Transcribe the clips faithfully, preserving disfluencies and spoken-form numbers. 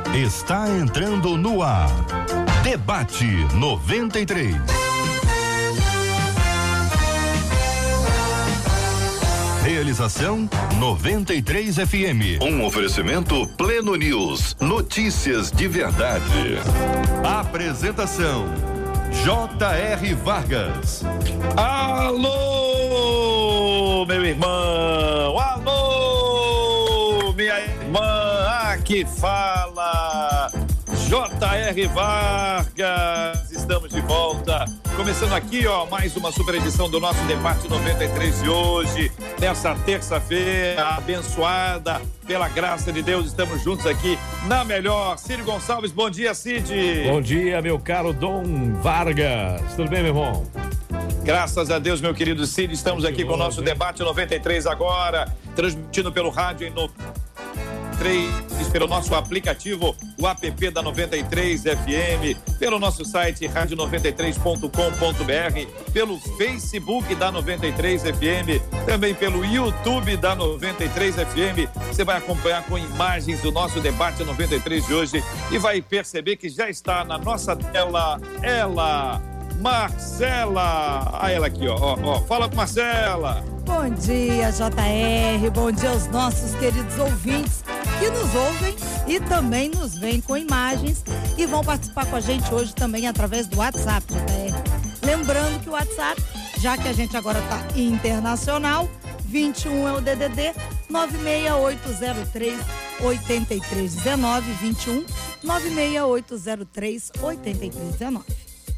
Está entrando no ar. Debate noventa e três. Realização noventa e três F M. Um oferecimento Pleno News. Notícias de verdade. Apresentação J R Vargas. Alô, meu irmão. Alô, minha irmã. Aqui fala J R Vargas. Estamos de volta. Começando aqui, ó, mais uma super edição do nosso Debate noventa e três de hoje, nessa terça-feira abençoada, pela graça de Deus, estamos juntos aqui na melhor. Cid Gonçalves, bom dia, Cid. Bom dia, meu caro Dom Vargas. Tudo bem, meu irmão? Graças a Deus, meu querido Cid, estamos aqui com o nosso Debate noventa e três agora, transmitindo pelo rádio em noventa e três, pelo nosso aplicativo, o app da noventa e três F M, pelo nosso site rádio noventa e três ponto com ponto b r, pelo Facebook da noventa e três F M, também pelo YouTube da noventa e três F M. Você vai acompanhar com imagens o nosso Debate noventa e três de hoje e vai perceber que já está na nossa tela ela, Marcela. Ah, ela aqui, ó, ó, ó. Fala com Marcela. Bom dia, J R. Bom dia aos nossos queridos ouvintes que nos ouvem e também nos veem com imagens e vão participar com a gente hoje também através do WhatsApp, J R. Lembrando que o WhatsApp, já que a gente agora está internacional, vinte e um é o D D D nove seis oito zero três oito três um nove, vinte e um nove seis oito zero três oito três um nove.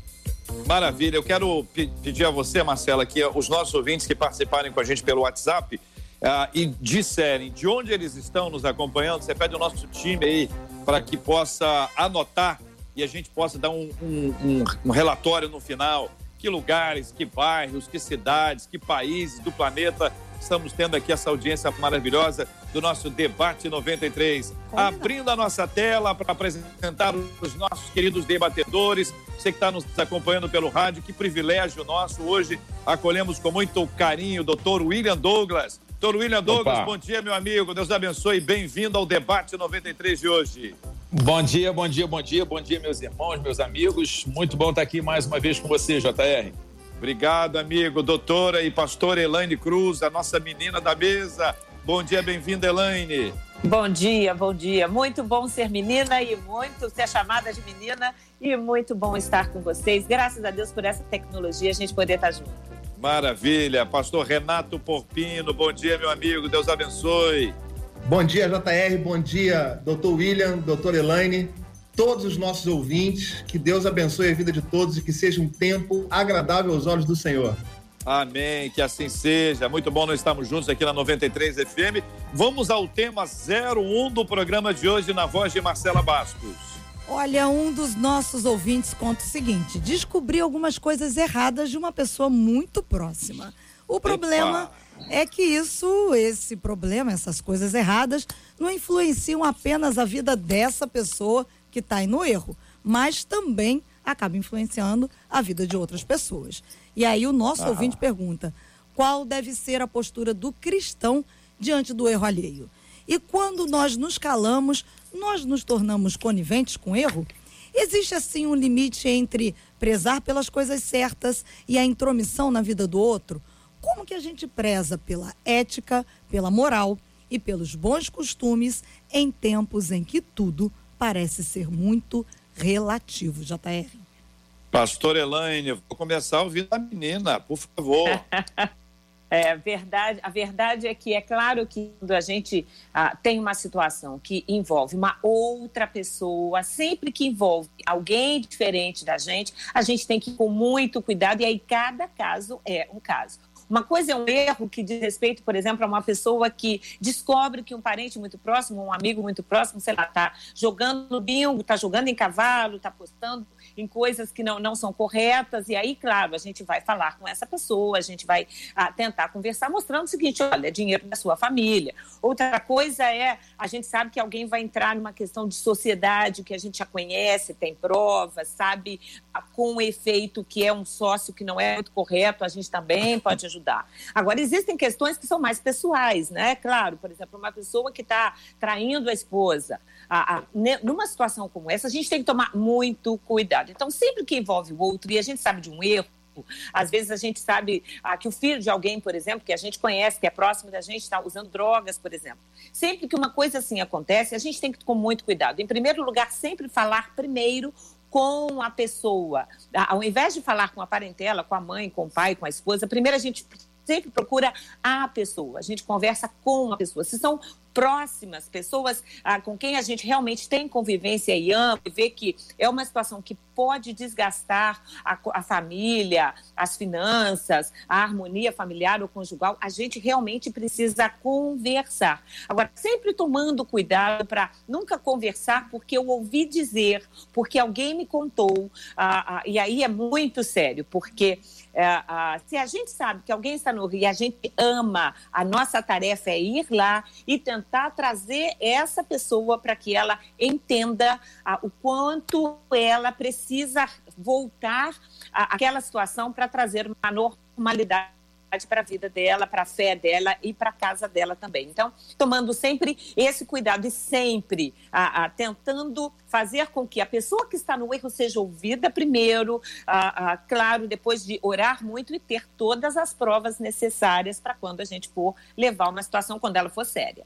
Maravilha, eu quero pe- pedir a você, Marcela, que os nossos ouvintes que participarem com a gente pelo WhatsApp uh, e disserem de onde eles estão nos acompanhando, você pede o nosso time aí para que possa anotar e a gente possa dar um, um, um, um relatório no final, que lugares, que bairros, que cidades, que países do planeta estamos tendo aqui essa audiência maravilhosa do nosso Debate noventa e três. Como Abrindo não? a nossa tela para apresentar os nossos queridos debatedores. Você que está nos acompanhando pelo rádio, que privilégio nosso. Hoje acolhemos com muito carinho o doutor William Douglas. doutor William Douglas, Opa. Bom dia, meu amigo. Deus abençoe e bem-vindo ao Debate noventa e três de hoje. Bom dia, bom dia, bom dia, bom dia, meus irmãos, meus amigos. Muito bom estar aqui mais uma vez com você, J R. Obrigado, amigo. Doutora e pastora Elaine Cruz, a nossa menina da mesa. Bom dia, bem-vinda, Elaine. Bom dia, bom dia. Muito bom ser menina e muito ser chamada de menina e muito bom estar com vocês. Graças a Deus por essa tecnologia, a gente poder estar junto. Maravilha. Pastor Renato Porpino, bom dia, meu amigo. Deus abençoe. Bom dia, J R. Bom dia, doutor William, doutora Elaine. Todos os nossos ouvintes, que Deus abençoe a vida de todos e que seja um tempo agradável aos olhos do Senhor. Amém, que assim seja. Muito bom nós estarmos juntos aqui na noventa e três F M. Vamos ao tema zero um do programa de hoje, na voz de Marcela Bastos. Olha, um dos nossos ouvintes conta o seguinte: descobri algumas coisas erradas de uma pessoa muito próxima. O problema Epa. é que isso, esse problema, essas coisas erradas, não influenciam apenas a vida dessa pessoa que está aí no erro, mas também acaba influenciando a vida de outras pessoas. E aí o nosso ah. ouvinte pergunta: qual deve ser a postura do cristão diante do erro alheio? E quando nós nos calamos, nós nos tornamos coniventes com o erro? Existe assim um limite entre prezar pelas coisas certas e a intromissão na vida do outro? Como que a gente preza pela ética, pela moral e pelos bons costumes em tempos em que tudo parece ser muito relativo, J R? Pastor Elaine, vou começar a ouvir a menina, por favor. É, verdade, a verdade é que é claro que quando a gente ah, tem uma situação que envolve uma outra pessoa, sempre que envolve alguém diferente da gente, a gente tem que ir com muito cuidado e aí cada caso é um caso. Uma coisa é um erro que diz respeito, por exemplo, a uma pessoa que descobre que um parente muito próximo, um amigo muito próximo, sei lá, está jogando no bingo, está jogando em cavalo, está apostando em coisas que não, não são corretas, e aí, claro, a gente vai falar com essa pessoa, a gente vai ah, tentar conversar, mostrando o seguinte: olha, é dinheiro da sua família. Outra coisa é, a gente sabe que alguém vai entrar numa questão de sociedade que a gente já conhece, tem provas, sabe, com o efeito que é um sócio que não é muito correto, a gente também pode ajudar. Agora, existem questões que são mais pessoais, né? Claro, por exemplo, uma pessoa que está traindo a esposa, a, a, numa situação como essa, a gente tem que tomar muito cuidado. Então, sempre que envolve o outro, e a gente sabe de um erro, às vezes a gente sabe ah, que o filho de alguém, por exemplo, que a gente conhece, que é próximo da gente, está usando drogas, por exemplo. Sempre que uma coisa assim acontece, a gente tem que ter com muito cuidado. Em primeiro lugar, sempre falar primeiro com a pessoa. Ao invés de falar com a parentela, com a mãe, com o pai, com a esposa, primeiro a gente sempre procura a pessoa, a gente conversa com a pessoa. Se são próximas, pessoas ah, com quem a gente realmente tem convivência e ama, e vê que é uma situação que pode desgastar a, a família, as finanças, a harmonia familiar ou conjugal, a gente realmente precisa conversar. Agora, sempre tomando cuidado para nunca conversar porque eu ouvi dizer, porque alguém me contou, ah, ah, e aí é muito sério, porque ah, ah, se a gente sabe que alguém está no Rio e a gente ama, a nossa tarefa é ir lá e tentar trazer essa pessoa para que ela entenda ah, o quanto ela precisa voltar à, àquela situação para trazer uma normalidade para a vida dela, para a fé dela e para a casa dela também. Então, tomando sempre esse cuidado e sempre ah, ah, tentando fazer com que a pessoa que está no erro seja ouvida primeiro, ah, ah, claro, depois de orar muito e ter todas as provas necessárias para quando a gente for levar uma situação, quando ela for séria.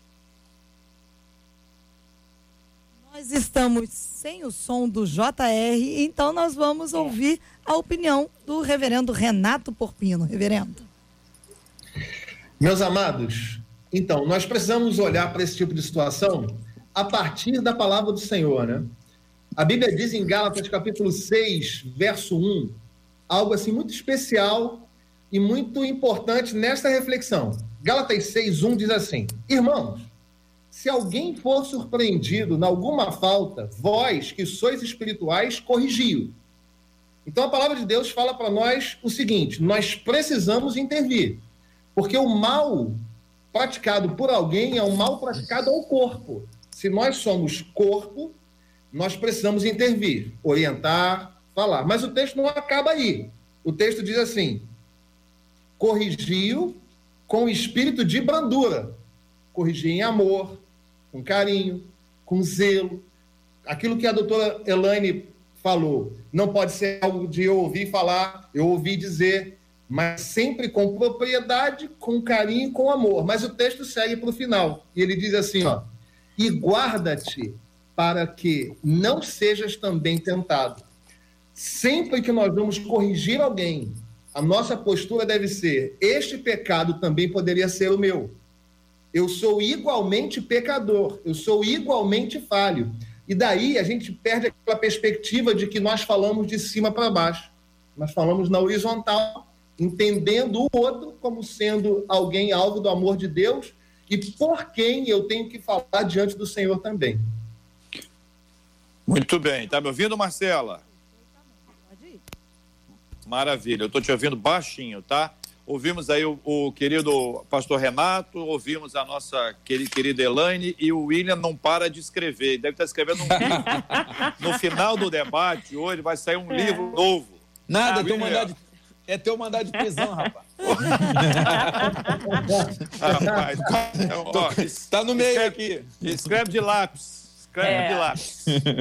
Nós estamos sem o som do J R, então nós vamos é. ouvir a opinião do reverendo Renato Porpino. Reverendo. Meus amados, então, nós precisamos olhar para esse tipo de situação a partir da palavra do Senhor, né? A Bíblia diz em Gálatas capítulo seis, verso um, algo assim muito especial e muito importante nesta reflexão. Gálatas seis, um diz assim: irmãos, se alguém for surpreendido em alguma falta, vós que sois espirituais, corrigi-o. Então a palavra de Deus fala para nós o seguinte: nós precisamos intervir. Porque o mal praticado por alguém é um mal praticado ao corpo. Se nós somos corpo, nós precisamos intervir, orientar, falar. Mas o texto não acaba aí. O texto diz assim: corrigiu com espírito de brandura. Corrigir em amor, com carinho, com zelo. Aquilo que a doutora Elaine falou, não pode ser algo de eu ouvir falar, eu ouvi dizer, mas sempre com propriedade, com carinho e com amor. Mas o texto segue para o final, e ele diz assim, ó: e guarda-te para que não sejas também tentado. Sempre que nós vamos corrigir alguém, a nossa postura deve ser: este pecado também poderia ser o meu. Eu sou igualmente pecador, eu sou igualmente falho. E daí a gente perde aquela perspectiva de que nós falamos de cima para baixo. Nós falamos na horizontal, entendendo o outro como sendo alguém alvo do amor de Deus e por quem eu tenho que falar diante do Senhor também. Muito bem. Tá me ouvindo, Marcela? Pode ir. Maravilha. Eu estou te ouvindo baixinho, tá? Ouvimos aí o, o querido pastor Renato, ouvimos a nossa querida Elaine, e o William não para de escrever. Deve estar escrevendo um livro. No final do debate, hoje, vai sair um livro novo. Nada, ah, teu mandado de... é teu mandado de prisão, rapaz. Rapaz, então, ó, tá no meio escreve, aqui. Escreve de lápis. Escreve é. de lápis.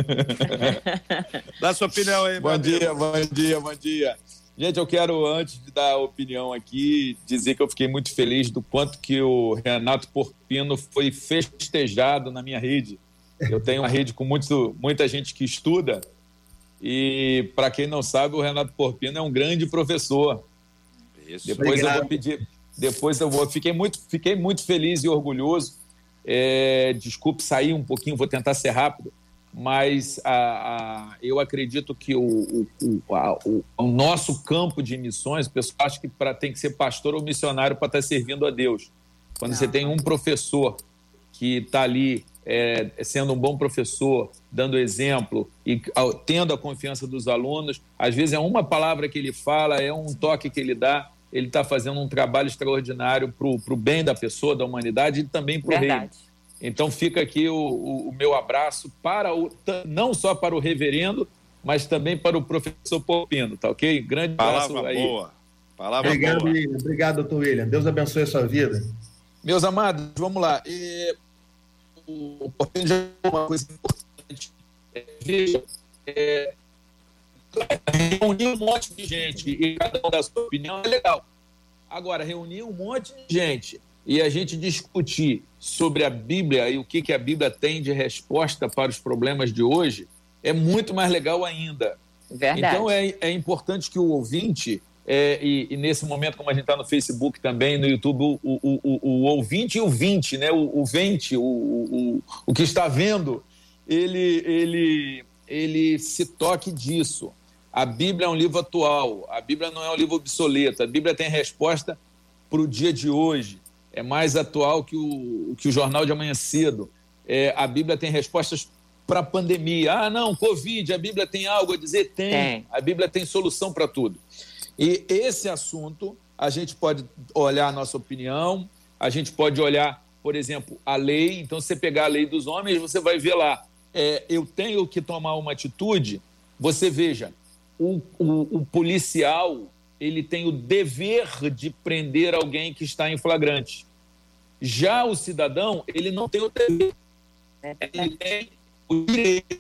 Dá sua opinião aí, bom meu dia, amigo. Bom dia, bom dia. Gente, eu quero, antes de dar a opinião aqui, dizer que eu fiquei muito feliz do quanto que o Renato Porpino foi festejado na minha rede. Eu tenho uma rede com muito, muita gente que estuda, e, para quem não sabe, o Renato Porpino é um grande professor. Isso. Depois Obrigado. eu vou pedir... Depois eu vou... Fiquei muito, fiquei muito feliz e orgulhoso. É, desculpe sair um pouquinho, vou tentar ser rápido. Mas a, a, eu acredito que o, o, a, o, o nosso campo de missões, o pessoal acha que pra, tem que ser pastor ou missionário para estar servindo a Deus. Quando Não. você tem um professor que está ali é, sendo um bom professor, dando exemplo e tendo a confiança dos alunos, às vezes é uma palavra que ele fala, é um toque que ele dá, ele está fazendo um trabalho extraordinário para o bem da pessoa, da humanidade e também para o reino. Então fica aqui o, o, o meu abraço para o, não só para o reverendo, mas também para o professor Porpino, tá ok? Grande abraço Palavra aí. boa. Palavra Obrigado, boa. William. Obrigado, doutor William. Deus abençoe a sua vida. Meus amados, vamos lá. E, o Porpino já é uma coisa importante. gente é, veja, é, reunir um monte de gente e cada um da sua opinião é legal. Agora, reunir um monte de gente e a gente discutir sobre a Bíblia e o que, que a Bíblia tem de resposta para os problemas de hoje é muito mais legal ainda. Verdade. Então, é, é importante que o ouvinte, é, e, e nesse momento, como a gente está no Facebook também, no YouTube, o, o, o, o ouvinte e o vinte, né? o, o vente, o, o, o que está vendo, ele, ele, ele se toque disso. A Bíblia é um livro atual, a Bíblia não é um livro obsoleto, a Bíblia tem resposta para o dia de hoje, é mais atual que o, que o Jornal de Amanhã Cedo. É, a Bíblia tem respostas para a pandemia. Ah, não, Covid, a Bíblia tem algo a dizer? Tem. tem. A Bíblia tem solução para tudo. E esse assunto, a gente pode olhar a nossa opinião, a gente pode olhar, por exemplo, a lei. Então, se você pegar a lei dos homens, você vai ver lá, é, eu tenho que tomar uma atitude. Você veja, o, o, o policial, ele tem o dever de prender alguém que está em flagrante. Já o cidadão, ele não tem o dever. Ele tem o direito.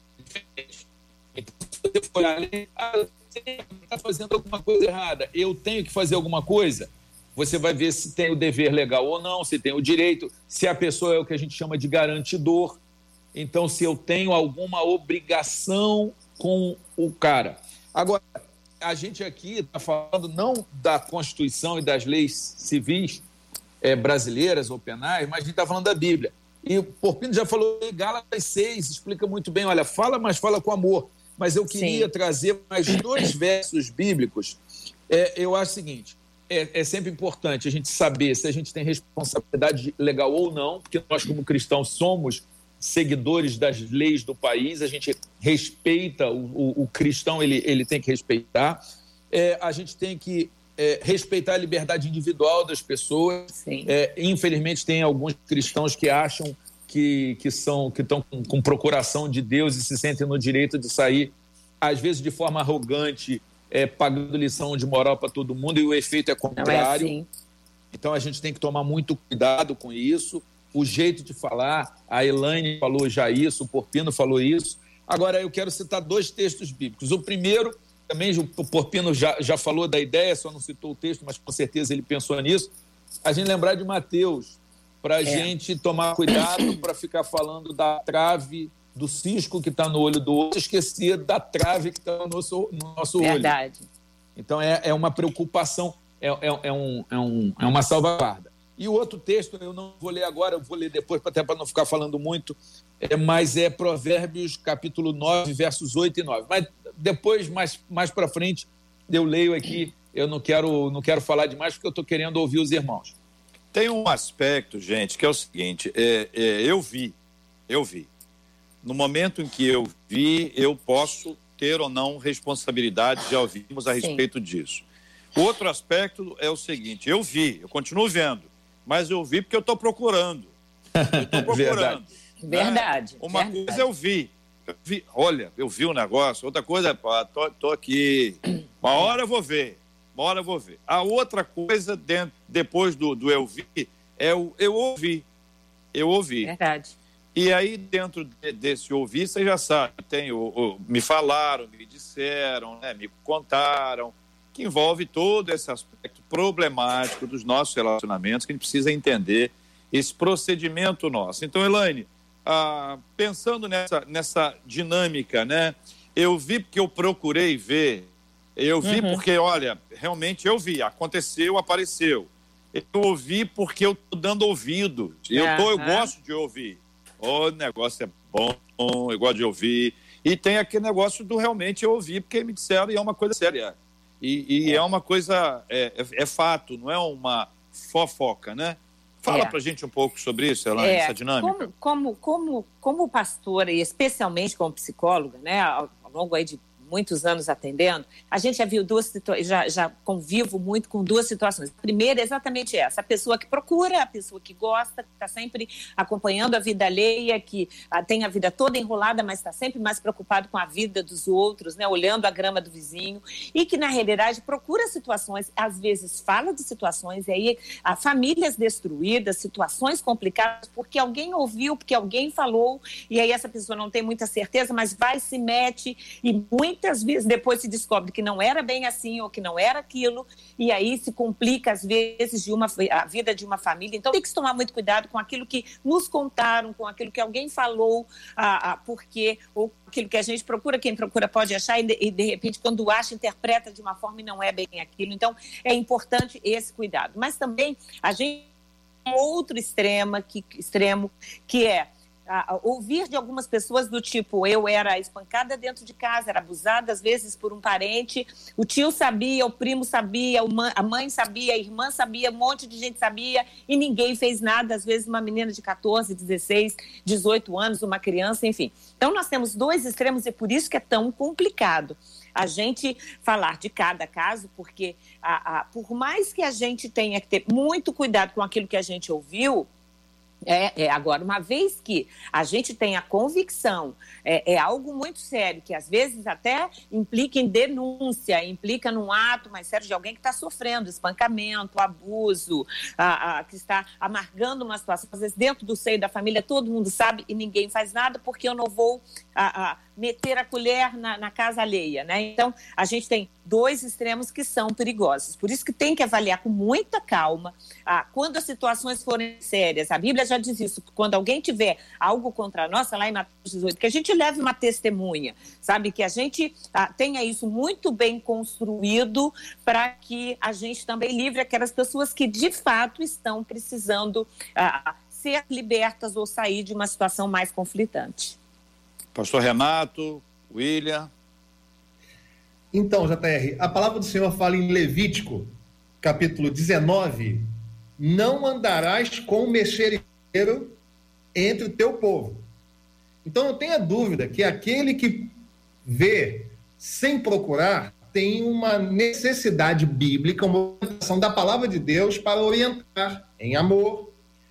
Então, se você for olhar a lei, ah, você está fazendo alguma coisa errada, eu tenho que fazer alguma coisa, você vai ver se tem o dever legal ou não, se tem o direito, se a pessoa é o que a gente chama de garantidor. Então, se eu tenho alguma obrigação com o cara. Agora, a gente aqui está falando não da Constituição e das leis civis é, brasileiras ou penais, mas a gente está falando da Bíblia. E o Porpino já falou em Gálatas seis, explica muito bem, olha, fala, mas fala com amor. Mas eu queria Sim. trazer mais dois versos bíblicos. É, eu acho o seguinte, é, é sempre importante a gente saber se a gente tem responsabilidade legal ou não, porque nós, como cristãos, somos seguidores das leis do país, a gente respeita, o, o, o cristão ele, ele tem que respeitar, é, a gente tem que é, respeitar a liberdade individual das pessoas. É, infelizmente tem alguns cristãos que acham que, que são que estão com, com procuração de Deus e se sentem no direito de sair, às vezes de forma arrogante, é, pagando lição de moral para todo mundo, e o efeito é contrário. Não é assim. Então a gente tem que tomar muito cuidado com isso. O jeito de falar, a Elaine falou já isso, o Porpino falou isso. Agora, eu quero citar dois textos bíblicos. O primeiro, também o Porpino já, já falou da ideia, só não citou o texto, mas com certeza ele pensou nisso. A gente lembrar de Mateus, para a é. gente tomar cuidado para ficar falando da trave, do cisco que está no olho do outro, esquecer da trave que está no nosso, no nosso olho. Verdade. Então, é, é uma preocupação, é, é, é, um, é, um, é uma salvaguarda. E o outro texto, eu não vou ler agora, eu vou ler depois, até para não ficar falando muito, é, mas é Provérbios, capítulo nove, versos oito e nove. Mas depois, mais, mais para frente, eu leio aqui, eu não quero, não quero falar demais, porque eu estou querendo ouvir os irmãos. Tem um aspecto, gente, que é o seguinte, é, é, eu vi, eu vi. No momento em que eu vi, eu posso ter ou não responsabilidade, já ouvimos a respeito Sim. disso. O outro aspecto é o seguinte, eu vi, eu continuo vendo, mas eu vi porque eu estou procurando. Eu estou procurando. Verdade. Né? Verdade. Uma Verdade. coisa eu vi. eu vi. Olha, eu vi um negócio. Outra coisa, pá, tô, tô aqui. Uma hora eu vou ver. Uma hora eu vou ver. A outra coisa, dentro, depois do, do eu vi, é o eu ouvi. Eu ouvi. Verdade. E aí, dentro de, desse ouvir, você já sabe, tem o, o, me falaram, me disseram, né, me contaram, que envolve todo esse aspecto problemático dos nossos relacionamentos, que a gente precisa entender esse procedimento nosso. Então, Elaine, ah, pensando nessa, nessa dinâmica, né? Eu vi porque eu procurei ver, eu vi uhum. porque, olha, realmente eu vi, aconteceu, apareceu. Eu ouvi porque eu estou dando ouvido, eu, tô, eu gosto de ouvir. O negócio é bom, eu gosto de ouvir. E tem aquele negócio do realmente eu ouvi porque me disseram e é uma coisa séria. E, e é. é uma coisa, é, é, é fato, não é uma fofoca, né? Fala é. pra gente um pouco sobre isso, Elaine, é. essa dinâmica. Como, como, como, como pastora, e especialmente como psicóloga, né, ao, ao longo aí de muitos anos atendendo, a gente já viu duas situações, já, já convivo muito com duas situações. A primeira é exatamente essa, a pessoa que procura, a pessoa que gosta, que está sempre acompanhando a vida alheia, que ah, tem a vida toda enrolada, mas está sempre mais preocupado com a vida dos outros, né, olhando a grama do vizinho, e que, na realidade, procura situações, às vezes fala de situações, e aí há famílias destruídas, situações complicadas, porque alguém ouviu, porque alguém falou, e aí essa pessoa não tem muita certeza, mas vai, se mete, e muitas vezes depois se descobre que não era bem assim, ou que não era aquilo, e aí se complica, às vezes, de uma, a vida de uma família. Então, tem que tomar muito cuidado com aquilo que nos contaram, com aquilo que alguém falou, ah, ah, porque, ou aquilo que a gente procura, quem procura pode achar, e de, e de repente, quando acha, interpreta de uma forma e não é bem aquilo. Então, é importante esse cuidado. Mas também, a gente tem um outro extremo que, extremo, que é a ouvir de algumas pessoas do tipo, eu era espancada dentro de casa, era abusada às vezes por um parente, o tio sabia, o primo sabia, a mãe sabia, a irmã sabia, um monte de gente sabia e ninguém fez nada, às vezes uma menina de catorze, dezesseis, dezoito anos, uma criança, enfim. Então nós temos dois extremos e por isso que é tão complicado a gente falar de cada caso, porque a, a, por mais que a gente tenha que ter muito cuidado com aquilo que a gente ouviu, É, é, agora, uma vez que a gente tem a convicção, é, é algo muito sério, que às vezes até implica em denúncia, implica num ato mais sério de alguém que está sofrendo espancamento, abuso, a, a, que está amargando uma situação, às vezes dentro do seio da família, todo mundo sabe e ninguém faz nada porque eu não vou a, a, meter a colher na, na casa alheia, né? Então, a gente tem dois extremos que são perigosos. Por isso que tem que avaliar com muita calma ah, quando as situações forem sérias. A Bíblia já diz isso, quando alguém tiver algo contra nós, lá em Mateus dezoito, que a gente leve uma testemunha, sabe? Que a gente ah, tenha isso muito bem construído para que a gente também livre aquelas pessoas que de fato estão precisando ah, ser libertas ou sair de uma situação mais conflitante. Pastor Renato, William. Então, J R, a palavra do Senhor fala em Levítico, capítulo dezenove, não andarás com o mexeriqueiro entre o teu povo. Então, não tenha dúvida que aquele que vê sem procurar tem uma necessidade bíblica, uma orientação da palavra de Deus para orientar em amor.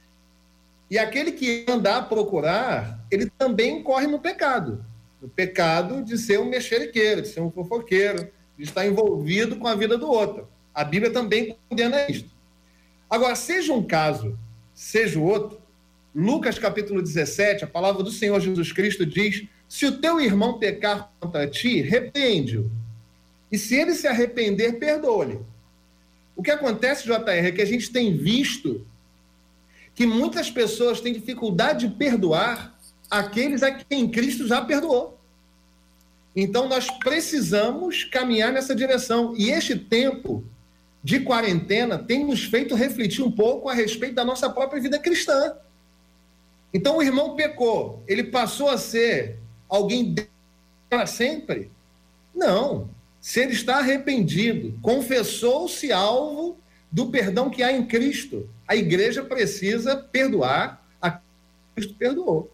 E aquele que andar a procurar, ele também corre no pecado. O pecado de ser um mexeriqueiro, de ser um fofoqueiro, de estar envolvido com a vida do outro. A Bíblia também condena isto. Agora, seja um caso, seja o outro, Lucas capítulo dezessete, a palavra do Senhor Jesus Cristo diz, se o teu irmão pecar contra ti, repreende-o. E se ele se arrepender, perdoa-lhe. O que acontece, J R, é que a gente tem visto que muitas pessoas têm dificuldade de perdoar aqueles a quem Cristo já perdoou. Então, nós precisamos caminhar nessa direção. E este tempo de quarentena tem nos feito refletir um pouco a respeito da nossa própria vida cristã. Então, o irmão pecou, ele passou a ser alguém para sempre? Não. Se ele está arrependido, confessou-se alvo do perdão que há em Cristo, a igreja precisa perdoar a quem Cristo perdoou.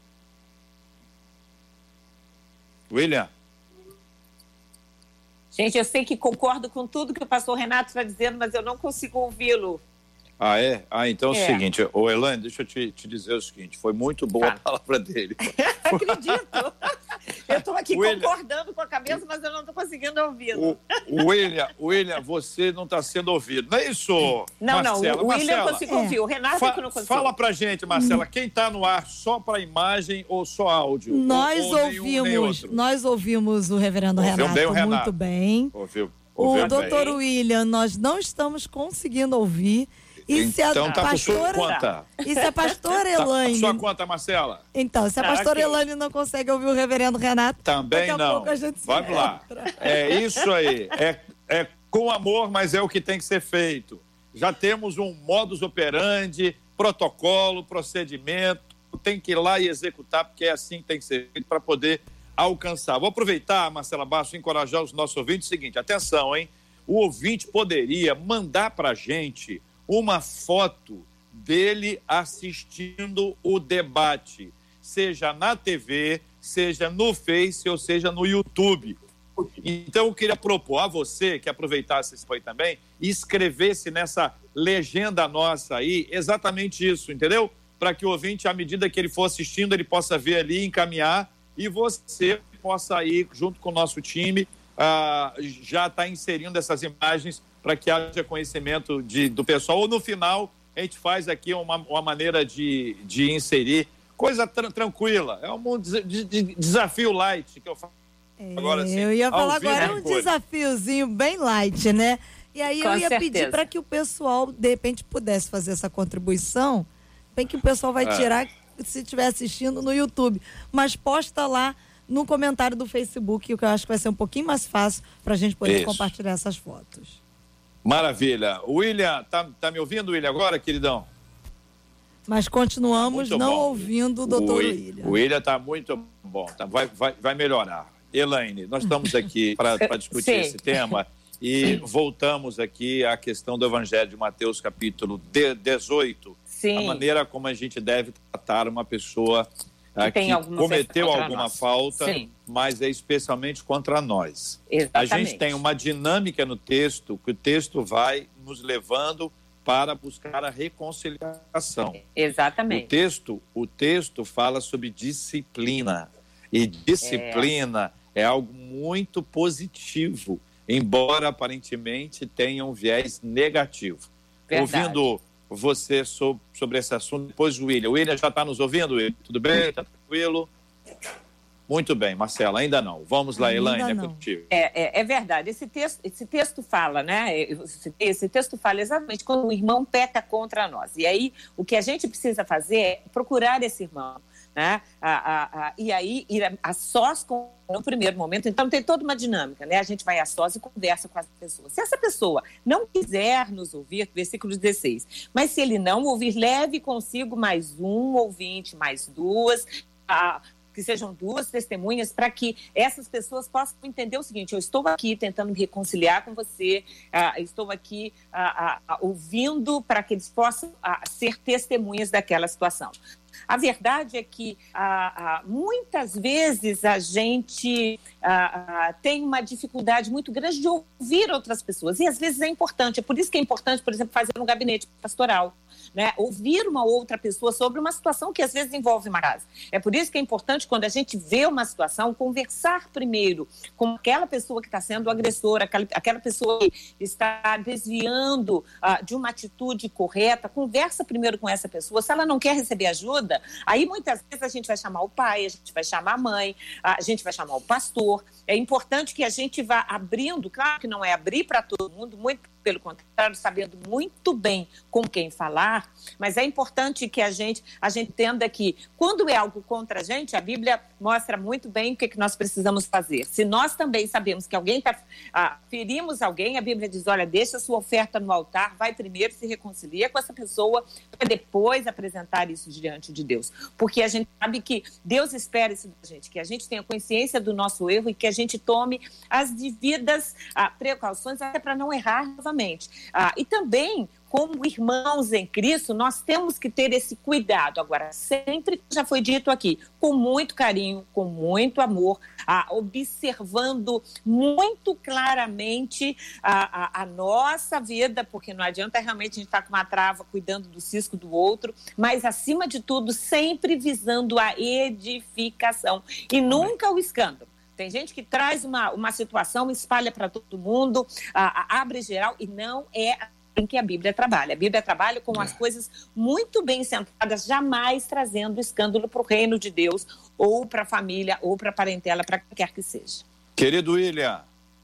William. Gente, eu sei que concordo com tudo que o pastor Renato está dizendo, mas eu não consigo ouvi-lo. Ah, é? Ah, então é, é. o seguinte, ô Elaine, deixa eu te, te dizer o seguinte, foi muito boa tá. a palavra dele. Acredito. Eu estou aqui William, concordando com a cabeça, mas eu não estou conseguindo ouvi-lo. O, o William, William, você não está sendo ouvido, não é isso, Não, Marcela? não, o William Marcela, consigo ouvir, o Renato fa é que não consigo. Fala pra gente, Marcela, quem está no ar só para imagem ou só áudio? Nós ou, ou ouvimos, nenhum, nós ouvimos o reverendo Ouviu Renato, bem o Renato muito bem. Ouviu, ouviu o doutor bem. William, nós não estamos conseguindo ouvir. E se a então tá pastora, por sua conta. E se a pastora Elaine... Tá, sua conta, Marcela. Então, se a pastora ah, okay. Elaine não consegue ouvir o reverendo Renato... Também daqui a não. pouco a gente se Vamos lá. É isso aí. É, é com amor, mas é o que tem que ser feito. Já temos um modus operandi, protocolo, procedimento. Tem que ir lá e executar, porque é assim que tem que ser feito para poder alcançar. Vou aproveitar, Marcela Bastos, e encorajar os nossos ouvintes. Seguinte, atenção, hein? O ouvinte poderia mandar para a gente uma foto dele assistindo o debate, seja na T V, seja no Face ou seja no YouTube. Então, eu queria propor a você que aproveitasse isso aí também e escrevesse nessa legenda nossa aí exatamente isso, entendeu? Para que o ouvinte, à medida que ele for assistindo, ele possa ver ali, encaminhar, e você possa ir, junto com o nosso time, ah, já estar tá inserindo essas imagens para que haja conhecimento de, do pessoal. Ou no final, a gente faz aqui uma, uma maneira de, de inserir. Coisa tra- tranquila. É um de, de, de desafio light que eu faço. Agora, assim, eu ia falar agora um coisa. desafiozinho bem light, né? E aí Com eu ia certeza. pedir para que o pessoal, de repente, pudesse fazer essa contribuição, bem que o pessoal vai É. tirar se estiver assistindo no YouTube, mas posta lá no comentário do Facebook, o que eu acho que vai ser um pouquinho mais fácil para a gente poder Isso. compartilhar essas fotos. Maravilha. William, tá, tá me ouvindo, William, agora, queridão? Mas continuamos Muito não bom. ouvindo o doutor Wi- William. O William está muito bom, tá, vai, vai, vai melhorar. Elaine, nós estamos aqui para discutir Sim. esse tema e voltamos aqui à questão do Evangelho de Mateus, capítulo dezoito. Sim. A maneira como a gente deve tratar uma pessoa ah, que, tem alguma cometeu ofensa contra alguma nós. falta, Sim. mas é especialmente contra nós. Exatamente. A gente tem uma dinâmica no texto, que o texto vai nos levando para buscar a reconciliação. O Exatamente. texto, o texto fala sobre disciplina. E disciplina é, é algo muito positivo, embora aparentemente tenha um viés negativo. Verdade. Ouvindo você sobre, sobre esse assunto, depois o William. O William já está nos ouvindo, William? Tudo bem? Está tranquilo? Muito bem, Marcela, ainda não. Vamos lá, Ainda Elaine, é não. contigo. É, é, é verdade. Esse texto, esse texto fala, né? Esse, esse texto fala exatamente quando o irmão peca contra nós. E aí, o que a gente precisa fazer é procurar esse irmão, né? A, a, a, e aí, ir a, a sós com no primeiro momento. Então, tem toda uma dinâmica, né? A gente vai a sós e conversa com as pessoas. Se essa pessoa não quiser nos ouvir, versículo dezesseis, mas se ele não ouvir, leve consigo mais um ouvinte, mais duas, a, que sejam duas testemunhas, para que essas pessoas possam entender o seguinte: eu estou aqui tentando me reconciliar com você, uh, estou aqui uh, uh, uh, ouvindo para que eles possam uh, ser testemunhas daquela situação. A verdade é que ah, ah, muitas vezes a gente ah, ah, tem uma dificuldade muito grande de ouvir outras pessoas. E às vezes é importante. É por isso que é importante, por exemplo, fazer um gabinete pastoral, né? Ouvir uma outra pessoa sobre uma situação que às vezes envolve uma casa. É por isso que é importante, quando a gente vê uma situação, conversar primeiro com aquela pessoa que está sendo agressora, aquela, aquela pessoa que está desviando ah, de uma atitude correta. Conversa primeiro com essa pessoa. Se ela não quer receber ajuda, aí muitas vezes a gente vai chamar o pai, a gente vai chamar a mãe, a gente vai chamar o pastor. É importante que a gente vá abrindo, claro que não é abrir para todo mundo, muito pelo contrário, sabendo muito bem com quem falar, mas é importante que a gente, a gente entenda que quando é algo contra a gente, a Bíblia mostra muito bem o que, que nós precisamos fazer. Se nós também sabemos que alguém está, ah, ferimos alguém, a Bíblia diz, olha, deixa a sua oferta no altar, vai primeiro, se reconcilia com essa pessoa, para depois apresentar isso diante de Deus. Porque a gente sabe que Deus espera isso da gente, que a gente tenha consciência do nosso erro e que a gente tome as devidas ah, precauções até para não errar novamente. Ah, e também, como irmãos em Cristo, nós temos que ter esse cuidado. Agora, sempre, já foi dito aqui, com muito carinho, com muito amor, ah, observando muito claramente a, a, a nossa vida, porque não adianta realmente a gente estar com uma trava cuidando do cisco do outro, mas, acima de tudo, sempre visando a edificação e nunca o escândalo. Tem gente que traz uma, uma situação, espalha para todo mundo, a, a, abre geral, e não é assim que a Bíblia trabalha. A Bíblia trabalha com as coisas muito bem centradas, jamais trazendo escândalo para o reino de Deus, ou para a família, ou para a parentela, para quem quer que seja. Querido William.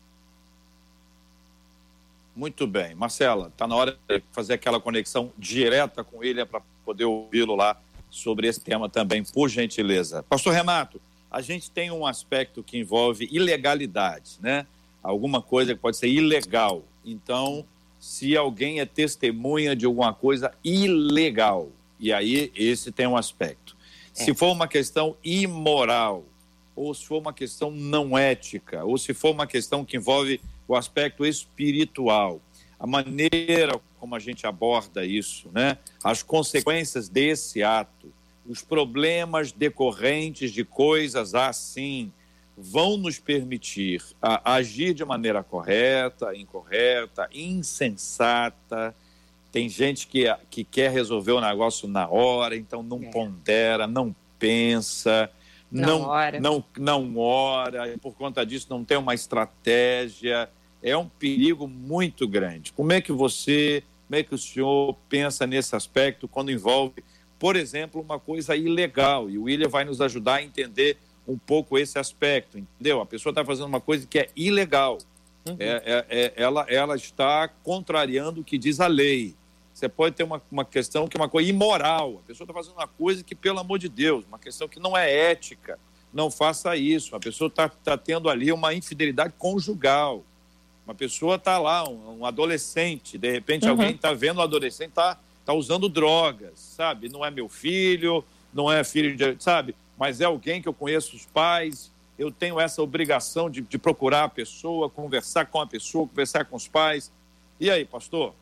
Muito bem. Marcela, está na hora de fazer aquela conexão direta com o William para poder ouvi-lo lá sobre esse tema também, por gentileza. Pastor Renato, a gente tem um aspecto que envolve ilegalidade, né? Alguma coisa que pode ser ilegal. Então, se alguém é testemunha de alguma coisa ilegal, e aí esse tem um aspecto. É. Se for uma questão imoral, ou se for uma questão não ética, ou se for uma questão que envolve o aspecto espiritual, a maneira como a gente aborda isso, né? As consequências desse ato, os problemas decorrentes de coisas assim, vão nos permitir a, agir de maneira correta, incorreta, insensata. Tem gente que, que quer resolver o negócio na hora, então não é. pondera, não pensa, não, não, ora. não, não ora, e por conta disso não tem uma estratégia. É um perigo muito grande. Como é que você, como é que o senhor pensa nesse aspecto quando envolve, por exemplo, uma coisa ilegal? E o William vai nos ajudar a entender um pouco esse aspecto, entendeu? A pessoa está fazendo uma coisa que é ilegal. Uhum. É, é, é, ela, ela está contrariando o que diz a lei. Você pode ter uma, uma questão que é uma coisa imoral. A pessoa está fazendo uma coisa que, pelo amor de Deus, uma questão que não é ética. Não faça isso. A pessoa está tá tendo ali uma infidelidade conjugal. Uma pessoa está lá, um, um adolescente, de repente uhum. alguém está vendo o adolescente, está tá usando drogas, sabe? Não é meu filho, não é filho de... sabe? Mas é alguém que eu conheço os pais, eu tenho essa obrigação de, de procurar a pessoa, conversar com a pessoa, conversar com os pais. E aí, pastor?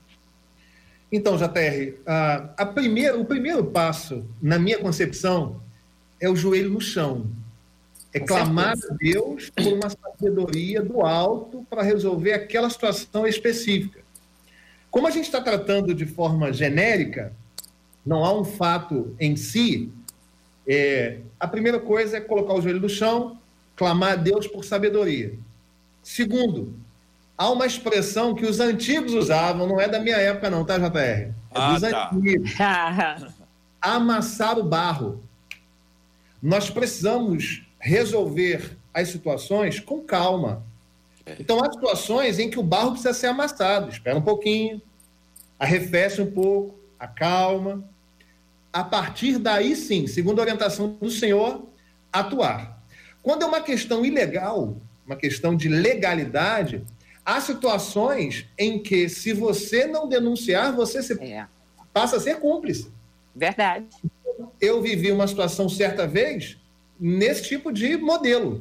Então, J R, a, a primeira, o primeiro passo, na minha concepção, é o joelho no chão. É clamar a Deus por uma sabedoria do alto para resolver aquela situação específica. Como a gente está tratando de forma genérica, não há um fato em si, é, a primeira coisa é colocar o joelho no chão, clamar a Deus por sabedoria. Segundo, há uma expressão que os antigos usavam, não é da minha época não, tá, J R? É ah, dos tá. antigos. Amassar o barro. Nós precisamos resolver as situações com calma. Então, há situações em que o barro precisa ser amassado. Espera um pouquinho, arrefece um pouco, acalma. A partir daí, sim, segundo a orientação do Senhor, atuar. Quando é uma questão ilegal, uma questão de legalidade, há situações em que, se você não denunciar, você se... é. passa a ser cúmplice. Verdade. Eu vivi uma situação certa vez nesse tipo de modelo.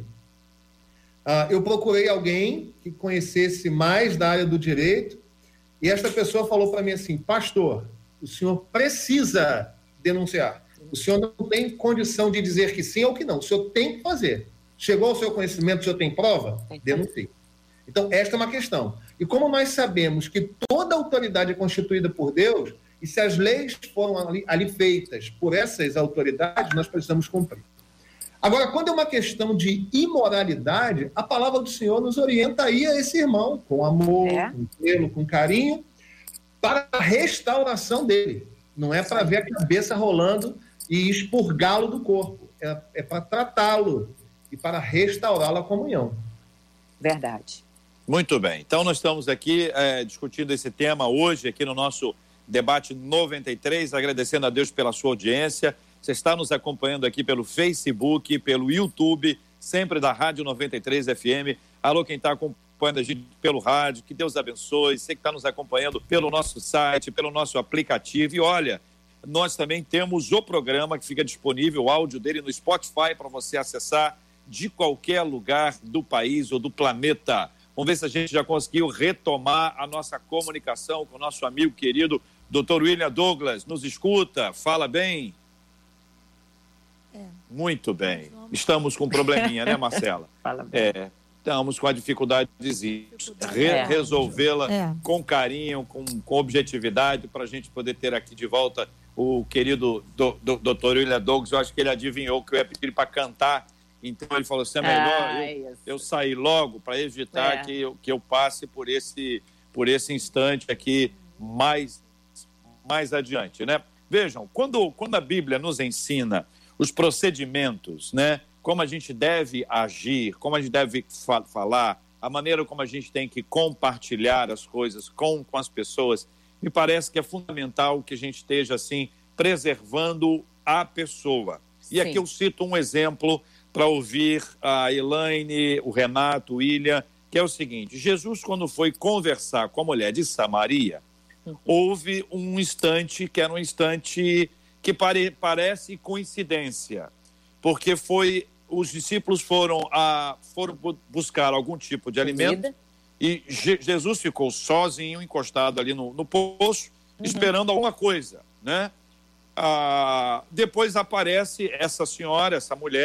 Uh, eu procurei alguém que conhecesse mais da área do direito e esta pessoa falou para mim assim: pastor, o senhor precisa denunciar. O senhor não tem condição de dizer que sim ou que não. O senhor tem que fazer. Chegou ao seu conhecimento, o senhor tem prova? Denuncie. Então, esta é uma questão. E como nós sabemos que toda autoridade é constituída por Deus, e se as leis foram ali, ali feitas por essas autoridades, nós precisamos cumprir. Agora, quando é uma questão de imoralidade, a palavra do Senhor nos orienta aí a esse irmão, com amor, é. com zelo, com carinho, para a restauração dele. Não é para ver a cabeça rolando e expurgá-lo do corpo. É, é para tratá-lo e para restaurá-lo à comunhão. Verdade. Muito bem. Então, nós estamos aqui é, discutindo esse tema hoje, aqui no nosso Debate noventa e três, agradecendo a Deus pela sua audiência. Você está nos acompanhando aqui pelo Facebook, pelo YouTube, sempre da Rádio noventa e três F M. Alô, quem está acompanhando a gente pelo rádio, que Deus abençoe. Você que está nos acompanhando pelo nosso site, pelo nosso aplicativo. E olha, nós também temos o programa que fica disponível, o áudio dele no Spotify, para você acessar de qualquer lugar do país ou do planeta. Vamos ver se a gente já conseguiu retomar a nossa comunicação com o nosso amigo querido doutor William Douglas. Nos escuta? Fala bem? É. Muito bem. Estamos com um probleminha, né, Marcela? Fala bem. É, estamos com a dificuldade de re é. resolvê-la é. com carinho, com, com objetividade, para a gente poder ter aqui de volta o querido do, do, doutor William Douglas. Eu acho que ele adivinhou que eu ia pedir para cantar. Então ele falou assim, é melhor ah, eu, eu sair logo para evitar é. que, eu, que eu passe por esse, por esse instante aqui mais, mais adiante, né? Vejam, quando, quando a Bíblia nos ensina os procedimentos, né? Como a gente deve agir, como a gente deve fa falar, a maneira como a gente tem que compartilhar as coisas com, com as pessoas, me parece que é fundamental que a gente esteja, assim, preservando a pessoa. E Sim. aqui eu cito um exemplo para ouvir a Elaine, o Renato, o William, que é o seguinte: Jesus, quando foi conversar com a mulher de Samaria, uhum. houve um instante que era um instante que pare, parece coincidência, porque foi, os discípulos foram, a, foram buscar algum tipo de alimento Comida. e Je, Jesus ficou sozinho, encostado ali no, no poço, uhum. esperando alguma coisa, né? Ah, depois aparece essa senhora, essa mulher,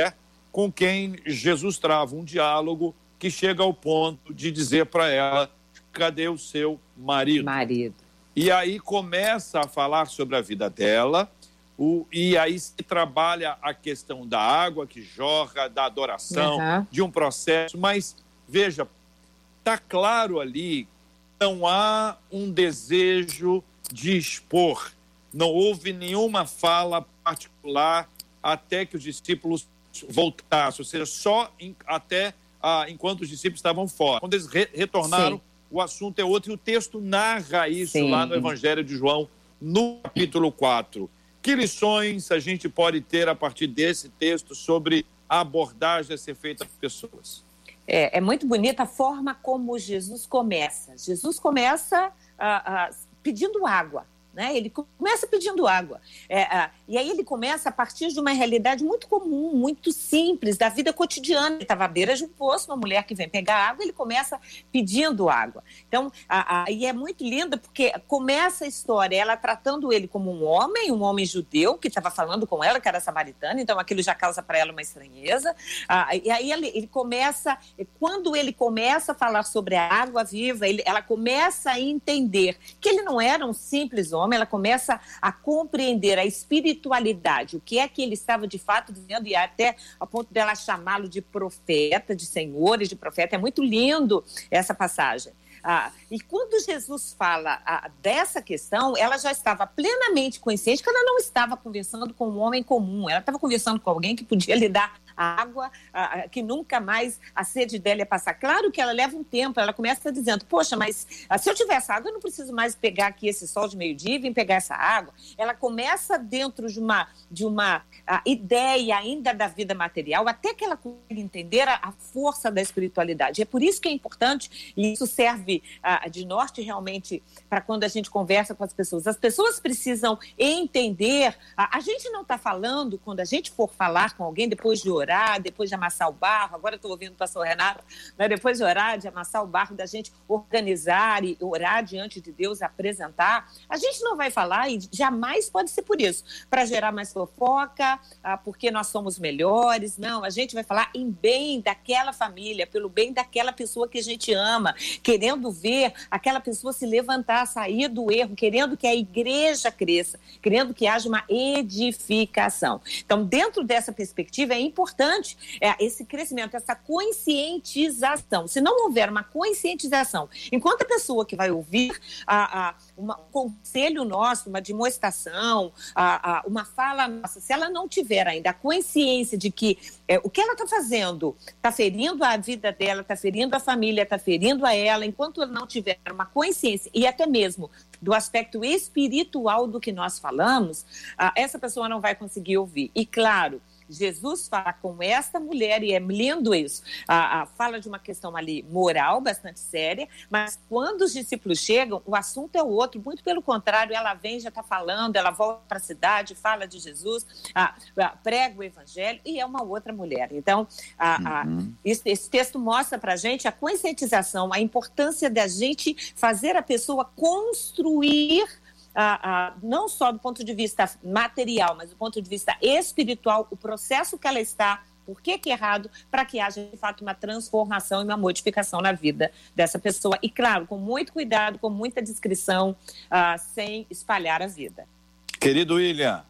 com quem Jesus trava um diálogo que chega ao ponto de dizer para ela: cadê o seu marido? Marido. E aí começa a falar sobre a vida dela, o, e aí se trabalha a questão da água que jorra, da adoração, uhum. de um processo. Mas, veja, está claro ali, não há um desejo de expor. Não houve nenhuma fala particular até que os discípulos voltassem, ou seja, só em, até ah, enquanto os discípulos estavam fora. Quando eles re retornaram, Sim. o assunto é outro, e o texto narra isso Sim. lá no Evangelho de João, no capítulo quatro. Que lições a gente pode ter a partir desse texto sobre a abordagem a ser feita por pessoas? É, é muito bonita a forma como Jesus começa. Jesus começa ah, ah, pedindo água. Né? Ele começa pedindo água. É, ah, e aí ele começa a partir de uma realidade muito comum, muito simples, da vida cotidiana. Ele estava à beira de um poço, uma mulher que vem pegar água, ele começa pedindo água. Então, a, a, e é muito linda porque começa a história, ela tratando ele como um homem, um homem judeu, que estava falando com ela, que era samaritana, então aquilo já causa para ela uma estranheza. Ah, e aí ele, ele começa, quando ele começa a falar sobre a água viva, ele, ela começa a entender que ele não era um simples homem, ela começa a compreender a espiritualidade, o que é que ele estava de fato dizendo, e até a ponto dela chamá-lo de profeta, de senhores, de profeta. É muito lindo essa passagem. Ah, e quando Jesus fala ah, dessa questão, ela já estava plenamente consciente que ela não estava conversando com um homem comum, ela estava conversando com alguém que podia lhe dar água, ah, que nunca mais a sede dela ia passar. Claro que ela leva um tempo, ela começa dizendo: poxa, mas ah, se eu tivesse água, eu não preciso mais pegar aqui esse sol de meio-dia e vir pegar essa água. Ela começa dentro de uma, de uma ah, ideia ainda da vida material, até que ela consiga entender a, a força da espiritualidade. É por isso que é importante, e isso serve Uh, de norte realmente para quando a gente conversa com as pessoas. As pessoas precisam entender, uh, a gente não está falando, quando a gente for falar com alguém, depois de orar, depois de amassar o barro, agora estou ouvindo o pastor Renato, né, depois de orar, de amassar o barro, da gente organizar e orar diante de Deus, apresentar, a gente não vai falar, e jamais pode ser por isso, para gerar mais fofoca, uh, porque nós somos melhores. Não, a gente vai falar em bem daquela família, pelo bem daquela pessoa que a gente ama, querendo ver aquela pessoa se levantar, sair do erro, querendo que a igreja cresça, querendo que haja uma edificação. Então, dentro dessa perspectiva, é importante é, esse crescimento, essa conscientização. Se não houver uma conscientização, enquanto a pessoa que vai ouvir a, a, uma, um conselho nosso, uma demonstração, a, a, uma fala nossa, se ela não tiver ainda a consciência de que é, o que ela está fazendo está ferindo a vida dela, está ferindo a família, está ferindo a ela, enquanto ela não tiver uma consciência e até mesmo do aspecto espiritual do que nós falamos, ah, essa pessoa não vai conseguir ouvir. E claro, Jesus fala com esta mulher, e é lindo isso, ah, ah, fala de uma questão ali moral bastante séria, mas quando os discípulos chegam, o assunto é outro, muito pelo contrário, ela vem, já está falando, ela volta para a cidade, fala de Jesus, ah, ah, prega o evangelho, e é uma outra mulher. Então, ah, uhum. ah, esse, esse texto mostra para a gente a conscientização, a importância da gente fazer a pessoa construir Ah, ah, não só do ponto de vista material, mas do ponto de vista espiritual, o processo que ela está, por que que é errado, para que haja, de fato, uma transformação e uma modificação na vida dessa pessoa. E, claro, com muito cuidado, com muita discrição, ah, sem espalhar a vida. Querido William,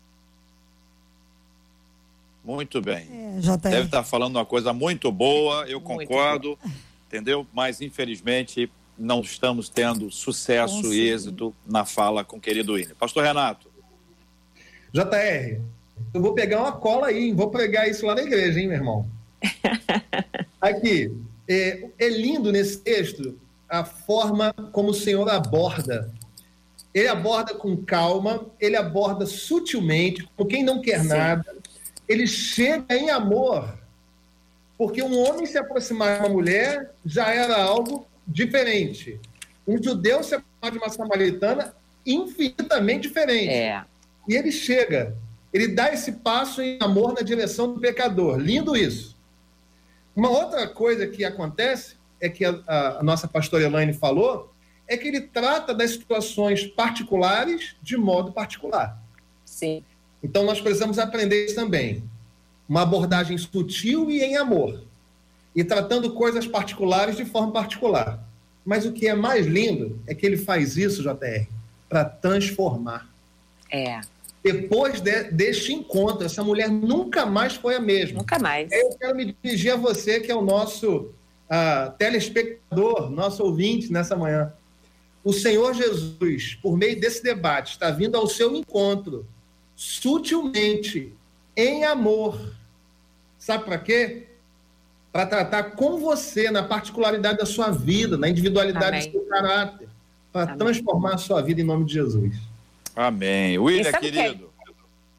muito bem. É, já tá Deve estar falando uma coisa muito boa, eu Muito concordo, boa. Entendeu? Mas, infelizmente, não estamos tendo sucesso e êxito na fala com o querido William. Pastor Renato. J R, eu vou pegar uma cola aí, hein? Vou pregar isso lá na igreja, hein, meu irmão? Aqui, é, é lindo nesse texto a forma como o Senhor aborda. Ele aborda com calma, ele aborda sutilmente, como quem não quer Sim. nada. Ele chega em amor, porque um homem se aproximar de uma mulher já era algo diferente. Um judeu se aproximar de uma samaritana, infinitamente diferente. É. E ele chega, ele dá esse passo em amor na direção do pecador. Lindo isso. Uma outra coisa que acontece, é que a, a nossa pastora Elaine falou, é que ele trata das situações particulares de modo particular. Sim. Então nós precisamos aprender isso também. uma abordagem sutil e em amor, e tratando coisas particulares de forma particular. Mas o que é mais lindo é que ele faz isso, J R, para transformar. É. Depois de, deste encontro, essa mulher nunca mais foi a mesma. Nunca mais. Eu quero me dirigir a você, que é o nosso uh, telespectador, nosso ouvinte nessa manhã. O Senhor Jesus, por meio desse debate, está vindo ao seu encontro, sutilmente, em amor. Sabe para quê? Para tratar com você, na particularidade da sua vida, na individualidade Amém. do seu caráter, para transformar a sua vida em nome de Jesus. Amém. William, querido. Que...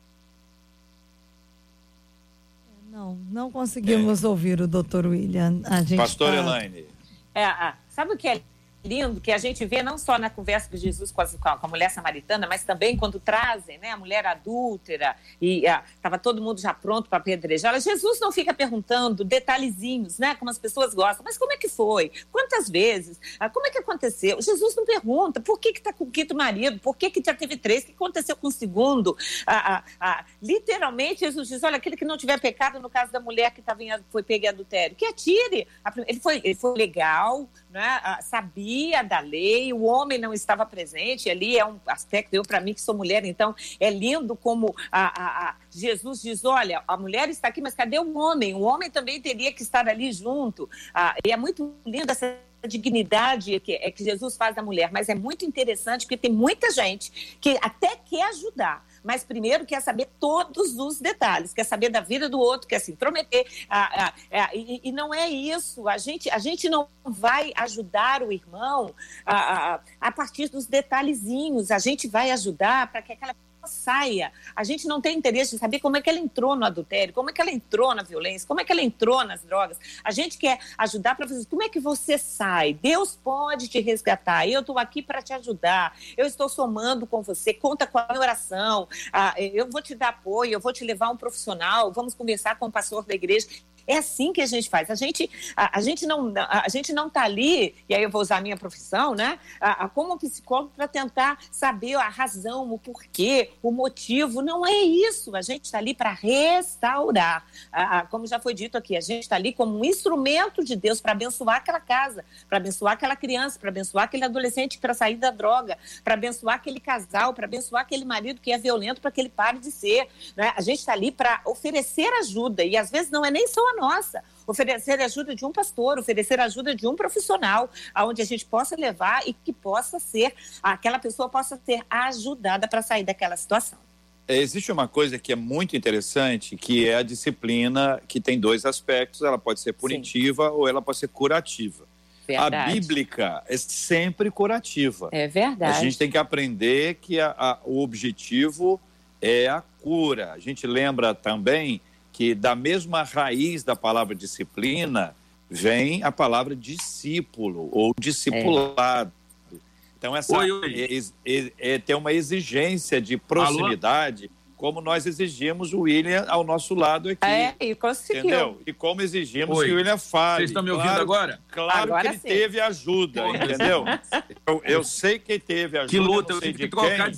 Não, não conseguimos é. ouvir o doutor William. A gente Pastor tá... Elaine. É, ah, sabe o que é lindo? Que a gente vê não só na conversa de Jesus com a, com a mulher samaritana, mas também quando trazem, né, a mulher adúltera e estava todo mundo já pronto para apedrejá-la. Jesus não fica perguntando detalhezinhos, né, como as pessoas gostam. Mas como é que foi? Quantas vezes? Ah, como é que aconteceu? Jesus não pergunta por que está com o quinto marido, por que, que já teve três, o que aconteceu com o segundo? Ah, ah, ah, literalmente, Jesus diz, olha, aquele que não tiver pecado, no caso da mulher que tava em, foi pega em adultério, que atire. Ele foi, ele foi legal, né, ah, sabia da lei, o homem não estava presente, ali é um aspecto, eu para mim que sou mulher, então é lindo como a, a, a Jesus diz, olha, a mulher está aqui, mas cadê o homem? O homem também teria que estar ali junto, ah, e é muito lindo essa dignidade que, é, que Jesus faz da mulher, mas é muito interessante porque tem muita gente que até quer ajudar, mas primeiro quer saber todos os detalhes, quer saber da vida do outro, quer se intrometer, ah, ah, ah, e, e não é isso, a gente, a gente não vai ajudar o irmão ah, ah, a partir dos detalhezinhos, a gente vai ajudar para que aquela saia. A gente não tem interesse de saber como é que ela entrou no adultério, como é que ela entrou na violência, como é que ela entrou nas drogas. A gente quer ajudar para fazer como é que você sai. Deus pode te resgatar. Eu estou aqui para te ajudar. Eu estou somando com você. Conta com a minha oração. Ah, eu vou te dar apoio, eu vou te levar um profissional. Vamos conversar com o pastor da igreja. É assim que a gente faz. A gente, a, a gente não a, a gente não está ali, e aí eu vou usar a minha profissão, né? A, a, como psicólogo para tentar saber a razão, o porquê, o motivo. Não é isso. A gente está ali para restaurar. A, a, como já foi dito aqui, a gente está ali como um instrumento de Deus para abençoar aquela casa, para abençoar aquela criança, para abençoar aquele adolescente para sair da droga, para abençoar aquele casal, para abençoar aquele marido que é violento para que ele pare de ser. Né? A gente está ali para oferecer ajuda, e às vezes não é nem só a nossa, oferecer ajuda de um pastor, oferecer ajuda de um profissional, aonde a gente possa levar e que possa ser, aquela pessoa possa ser ajudada para sair daquela situação. Existe uma coisa que é muito interessante, que é a disciplina, que tem dois aspectos, ela pode ser punitiva Sim. ou ela pode ser curativa. Verdade. A bíblica é sempre curativa. É verdade. A gente tem que aprender que a, a, o objetivo é a cura. A gente lembra também que da mesma raiz da palavra disciplina vem a palavra discípulo ou discipulado. É. Então, essa oi, oi. É, é, é, tem uma exigência de proximidade, Alô? Como nós exigimos o William ao nosso lado aqui. É, e conseguiu. Entendeu? E como exigimos oi. que o William fale. Vocês estão me ouvindo claro, agora? Claro agora que ele sim. teve ajuda, entendeu? eu, eu sei que ele teve ajuda. Que luta, eu, eu tive que colocar de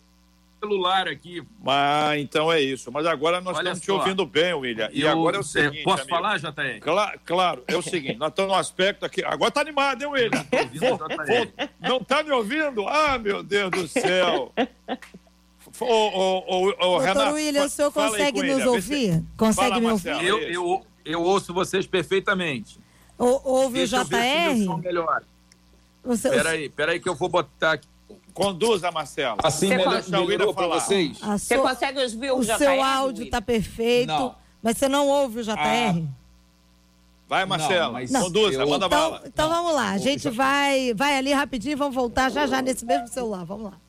celular aqui. Mas então é isso. Mas agora nós Olha estamos só. te ouvindo bem, William. E eu, agora é o seguinte. Posso amigo. falar, J R? Claro, claro, é o seguinte. Nós estamos num aspecto aqui. Agora tá animado, hein, William? Vou, vou, não tá me ouvindo? Ah, meu Deus do céu. Ô, ô, ô, ô, Renato, William, o senhor consegue nos ouvir? Consegue Fala, me ouvir? Marcelo, eu, eu, eu ouço vocês perfeitamente. O, ouve Deixa o J R? Eu melhor. Você, peraí, peraí que eu vou botar aqui. Conduza, Marcelo. Assim Você melhor, melhorou para vocês. Você sua, consegue ouvir o, o J R? O seu áudio está perfeito, não. Mas você não ouve o J R? Ah. Vai, Marcelo. Não, não. Conduza, eu... manda então, bala. Então não. vamos lá. A gente já... vai, vai ali rapidinho e vamos voltar já já nesse mesmo celular. Vamos lá.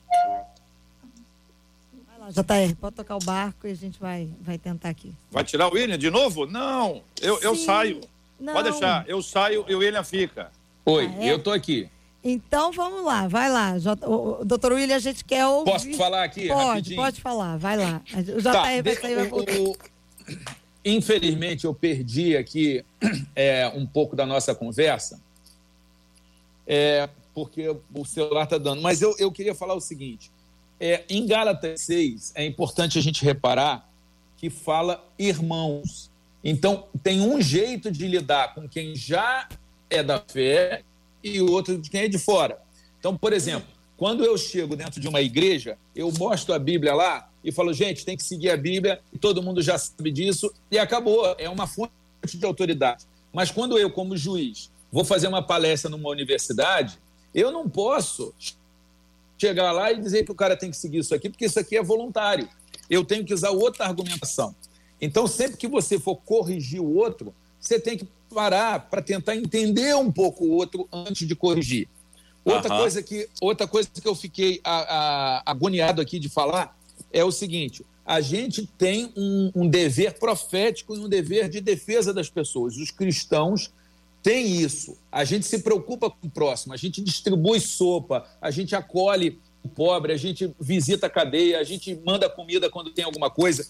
Vai lá, J R, pode tocar o barco e a gente vai, vai tentar aqui. Vai tirar o William de novo? Não, eu, eu saio. Não. Pode deixar, eu saio e o William fica. Oi, ah, é? eu tô aqui. Então vamos lá, vai lá. J... O, doutor William, a gente quer ouvir. Posso falar aqui? Pode, rapidinho? pode falar, vai lá. O J R tá, vai sair e vai voltar. O... Infelizmente, eu perdi aqui é, um pouco da nossa conversa, é, porque o celular está dando. Mas eu, eu queria falar o seguinte: é, em Gálatas seis, é importante a gente reparar que fala irmãos. Então, tem um jeito de lidar com quem já é da fé e o outro de quem é de fora. Então, por exemplo, quando eu chego dentro de uma igreja, eu mostro a Bíblia lá e falo, gente, tem que seguir a Bíblia, e todo mundo já sabe disso, e acabou. É uma fonte de autoridade. Mas quando eu, como juiz, vou fazer uma palestra numa universidade, eu não posso chegar lá e dizer que o cara tem que seguir isso aqui, porque isso aqui é voluntário. Eu tenho que usar outra argumentação. Então, sempre que você for corrigir o outro, você tem que parar para tentar entender um pouco o outro antes de corrigir. Outra, uhum. coisa, que, outra coisa que eu fiquei a, a, agoniado aqui de falar é o seguinte: a gente tem um, um dever profético e um dever de defesa das pessoas. Os cristãos têm isso. A gente se preocupa com o próximo, a gente distribui sopa, a gente acolhe o pobre, a gente visita a cadeia, a gente manda comida quando tem alguma coisa.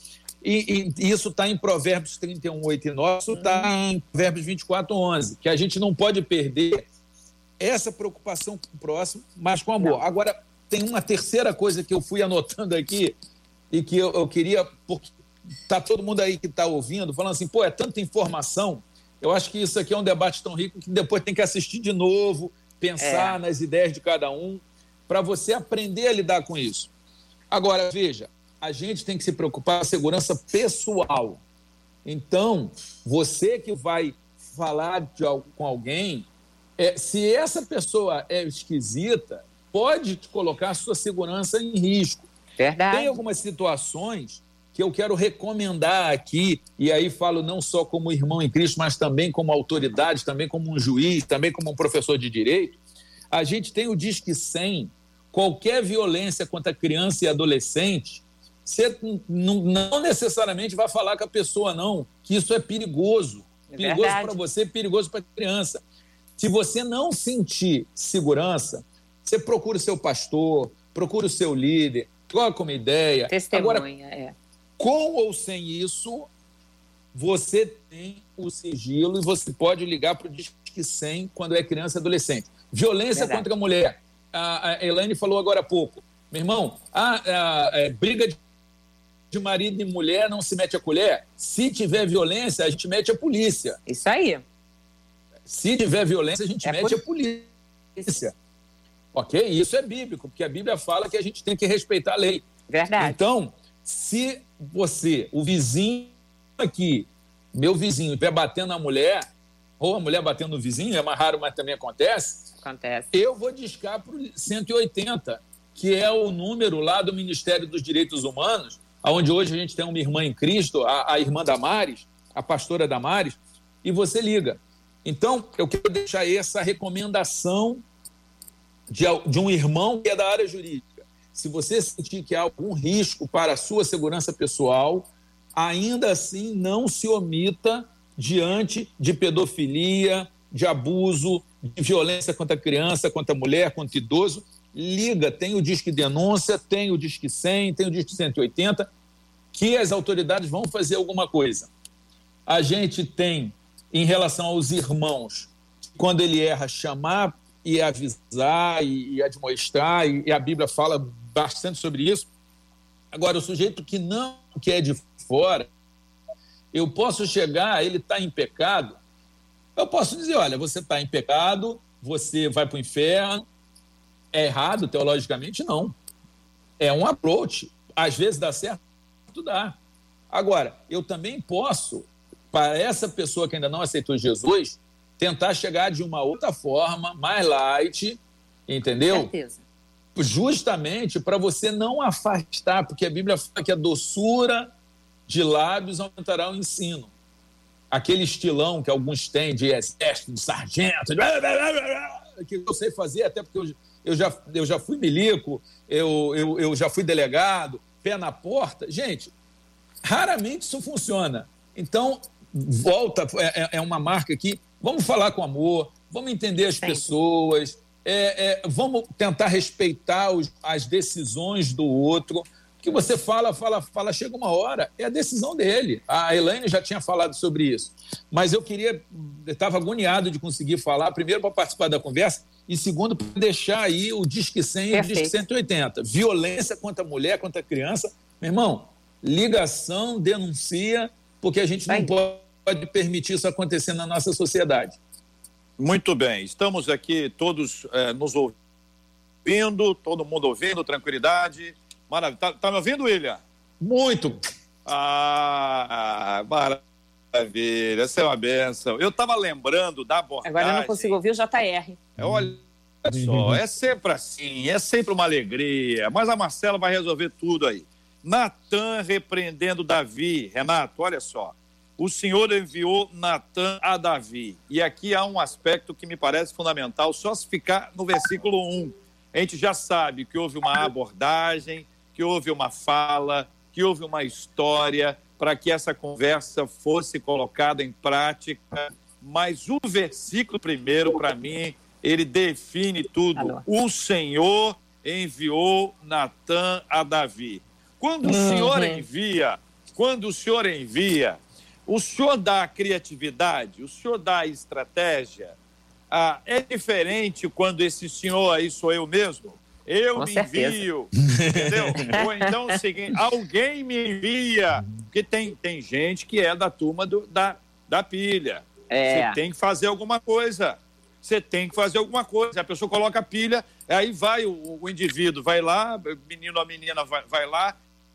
E, e isso está em Provérbios trinta e um, oito e nove, isso está em Provérbios vinte e quatro, onze, que a gente não pode perder essa preocupação com o próximo, mas com amor. Não. Agora, tem uma terceira coisa que eu fui anotando aqui e que eu, eu queria, porque está todo mundo aí que está ouvindo, falando assim, pô, é tanta informação, eu acho que isso aqui é um debate tão rico que depois tem que assistir de novo, pensar é. nas ideias de cada um, para você aprender a lidar com isso. Agora, veja, a gente tem que se preocupar com a segurança pessoal. Então, você que vai falar de, com alguém, é, se essa pessoa é esquisita, pode te colocar a sua segurança em risco. Verdade. Tem algumas situações que eu quero recomendar aqui, e aí falo não só como irmão em Cristo, mas também como autoridade, também como um juiz, também como um professor de direito. A gente tem o Disque cem, qualquer violência contra criança e adolescente, você não necessariamente vai falar com a pessoa, não, que isso é perigoso. É perigoso para você, perigoso para a criança. Se você não sentir segurança, você procura o seu pastor, procura o seu líder, troca uma ideia. Testemunha, Agora, é. com ou sem isso, você tem o sigilo e você pode ligar para o Disque cem quando é criança e adolescente. Violência Verdade. Contra a mulher. A, a Elaine falou agora há pouco. Meu irmão, a, a, a, a briga de de marido e mulher não se mete a colher. Se tiver violência, a gente mete a polícia. Isso aí. Se tiver violência, a gente é mete por... a polícia. Ok? Isso é bíblico, porque a Bíblia fala que a gente tem que respeitar a lei. Verdade. Então, se você, o vizinho aqui, meu vizinho, estiver batendo na mulher, ou a mulher batendo no vizinho, é mais raro, mas também acontece. Acontece. Eu vou discar para o cento e oitenta, que é o número lá do Ministério dos Direitos Humanos, onde hoje a gente tem uma irmã em Cristo, a, a irmã Damares, a pastora Damares, e você liga. Então, eu quero deixar essa recomendação de, de um irmão que é da área jurídica. Se você sentir que há algum risco para a sua segurança pessoal, ainda assim não se omita diante de pedofilia, de abuso, de violência contra a criança, contra a mulher, contra o idoso. Liga, tem o Disque Denúncia, tem o Disque cem, tem o Disque cento e oitenta, que as autoridades vão fazer alguma coisa. A gente tem, em relação aos irmãos, quando ele erra, chamar e avisar e, e admoestar, e, e a Bíblia fala bastante sobre isso. Agora, o sujeito que não que é de fora, eu posso chegar, ele está em pecado, eu posso dizer, olha, você está em pecado, você vai para o inferno. É errado, teologicamente, não. É um approach. Às vezes dá certo, dá. Agora, eu também posso, para essa pessoa que ainda não aceitou Jesus, tentar chegar de uma outra forma, mais light, entendeu? Com certeza. Justamente para você não afastar, porque a Bíblia fala que a doçura de lábios aumentará o ensino. Aquele estilão que alguns têm de exército, de sargento, de... que eu sei fazer, até porque eu... Eu já, eu já fui milico, eu, eu, eu já fui delegado, pé na porta. Gente, raramente isso funciona. Então, volta, é, é uma marca aqui. Vamos falar com amor, vamos entender as pessoas, é, é, vamos tentar respeitar os, as decisões do outro. Que você fala, fala, fala, chega uma hora, é a decisão dele. A Elaine já tinha falado sobre isso. Mas eu queria, eu estava agoniado de conseguir falar, primeiro para participar da conversa, e segundo, para deixar aí o Disque cem e o Disque cento e oitenta. Violência contra a mulher, contra a criança. Meu irmão, ligação, denuncia, porque a gente não pode permitir isso acontecer na nossa sociedade. Muito bem, estamos aqui todos é, nos ouvindo, todo mundo ouvindo, tranquilidade. Maravilha. Tá, tá me ouvindo, William? Muito. Ah, maravilha, essa é uma benção. Eu estava lembrando da abordagem... Agora eu não consigo ouvir o J R. Olha só, é sempre assim, é sempre uma alegria, mas a Marcela vai resolver tudo aí. Natan repreendendo Davi. Renato, olha só. O Senhor enviou Natan a Davi. E aqui há um aspecto que me parece fundamental, só se ficar no versículo um. A gente já sabe que houve uma abordagem, que houve uma fala, que houve uma história para que essa conversa fosse colocada em prática. Mas o versículo primeiro, para mim, ele define tudo. Alô. O Senhor enviou Natan a Davi. Quando o Senhor envia, quando o Senhor envia, o Senhor dá a criatividade, o Senhor dá a estratégia. Ah, é diferente quando esse Senhor aí sou eu mesmo. Eu Com me certeza. envio, entendeu? Ou então o seguinte, alguém me envia. Porque tem, tem gente que é da turma do, da, da pilha. É. Você tem que fazer alguma coisa. Você tem que fazer alguma coisa. A pessoa coloca a pilha, aí vai o, o indivíduo, vai lá, o menino ou a menina vai, vai lá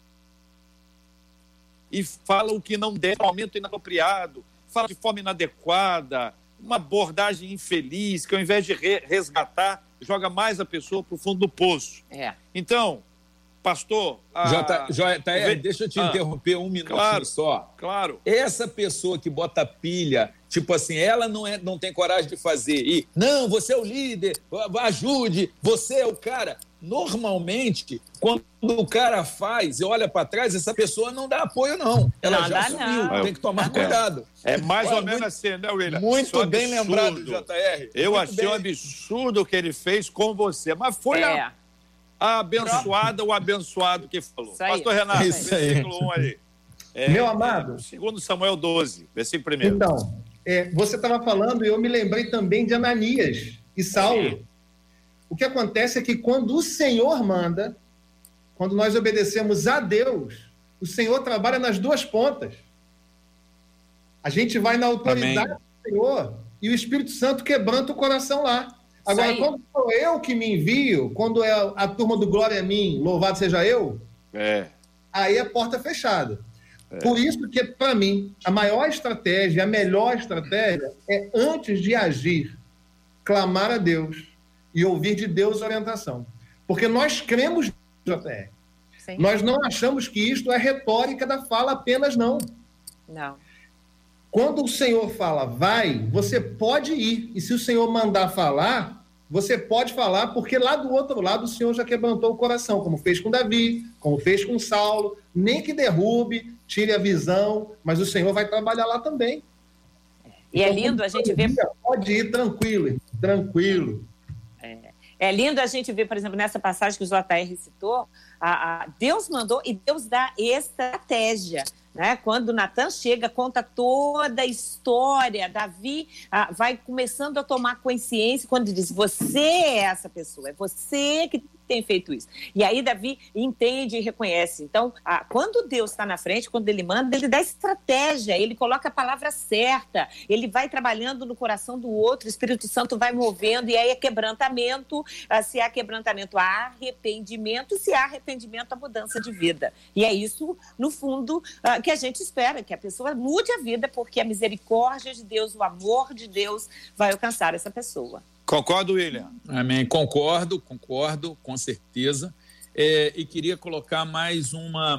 e fala o que não deve, um momento inapropriado, fala de forma inadequada, uma abordagem infeliz, que ao invés de re resgatar, joga mais a pessoa para o fundo do poço. É. Então, pastor... A... J, J, J, deixa eu te ah, interromper um minutinho claro, só. Claro. Essa pessoa que bota pilha, tipo assim, ela não, é, não tem coragem de fazer, e não, você é o líder, ajude, você é o cara... Normalmente, quando o cara faz e olha para trás, essa pessoa não dá apoio, não. Ela não, já sumiu, não. Tem que tomar cuidado. É, é mais Olha, ou menos muito, assim, né, William? Muito é bem lembrado, J R. Eu muito achei bem. um absurdo o que ele fez com você, mas foi é. a, a abençoada ou abençoado que falou. Pastor Renato, isso aí. versículo um aí. É, Meu amado. É, segundo Samuel doze, versículo primeiro. Então, é, você estava falando e eu me lembrei também de Ananias e Saulo. É. O que acontece é que quando o Senhor manda, quando nós obedecemos a Deus, o Senhor trabalha nas duas pontas. A gente vai na autoridade Amém. do Senhor e o Espírito Santo quebranta o coração lá. Agora, quando sou eu que me envio, quando é a turma do Glória a mim, louvado seja eu, é. aí a porta é fechada. É. Por isso que, para mim, a maior estratégia, a melhor estratégia é, antes de agir, clamar a Deus e ouvir de Deus orientação. Porque nós cremos, J R. Sim. Nós não achamos que isto é retórica da fala apenas, não. Não. Quando o Senhor fala, vai, você pode ir. E se o Senhor mandar falar, você pode falar, porque lá do outro lado o Senhor já quebrantou o coração, como fez com Davi, como fez com Saulo. Nem que derrube, tire a visão, mas o Senhor vai trabalhar lá também. E então, é lindo a gente ver... Pode ir tranquilo, tranquilo. É lindo a gente ver, por exemplo, nessa passagem que o J R citou, a, a Deus mandou e Deus dá estratégia. Né? Quando Natan chega, conta toda a história, Davi ah, vai começando a tomar consciência quando diz, você é essa pessoa, é você que tem feito isso. E aí Davi entende e reconhece. Então, ah, quando Deus está na frente, quando ele manda, ele dá estratégia, ele coloca a palavra certa, ele vai trabalhando no coração do outro, o Espírito Santo vai movendo, e aí é quebrantamento, ah, se há quebrantamento, há arrependimento, se há arrependimento, há mudança de vida. E é isso, no fundo, ah, que a gente espera, que a pessoa mude a vida, porque a misericórdia de Deus, o amor de Deus vai alcançar essa pessoa. Concordo, William? Amém. Concordo, concordo, com certeza. É, e queria colocar mais uma...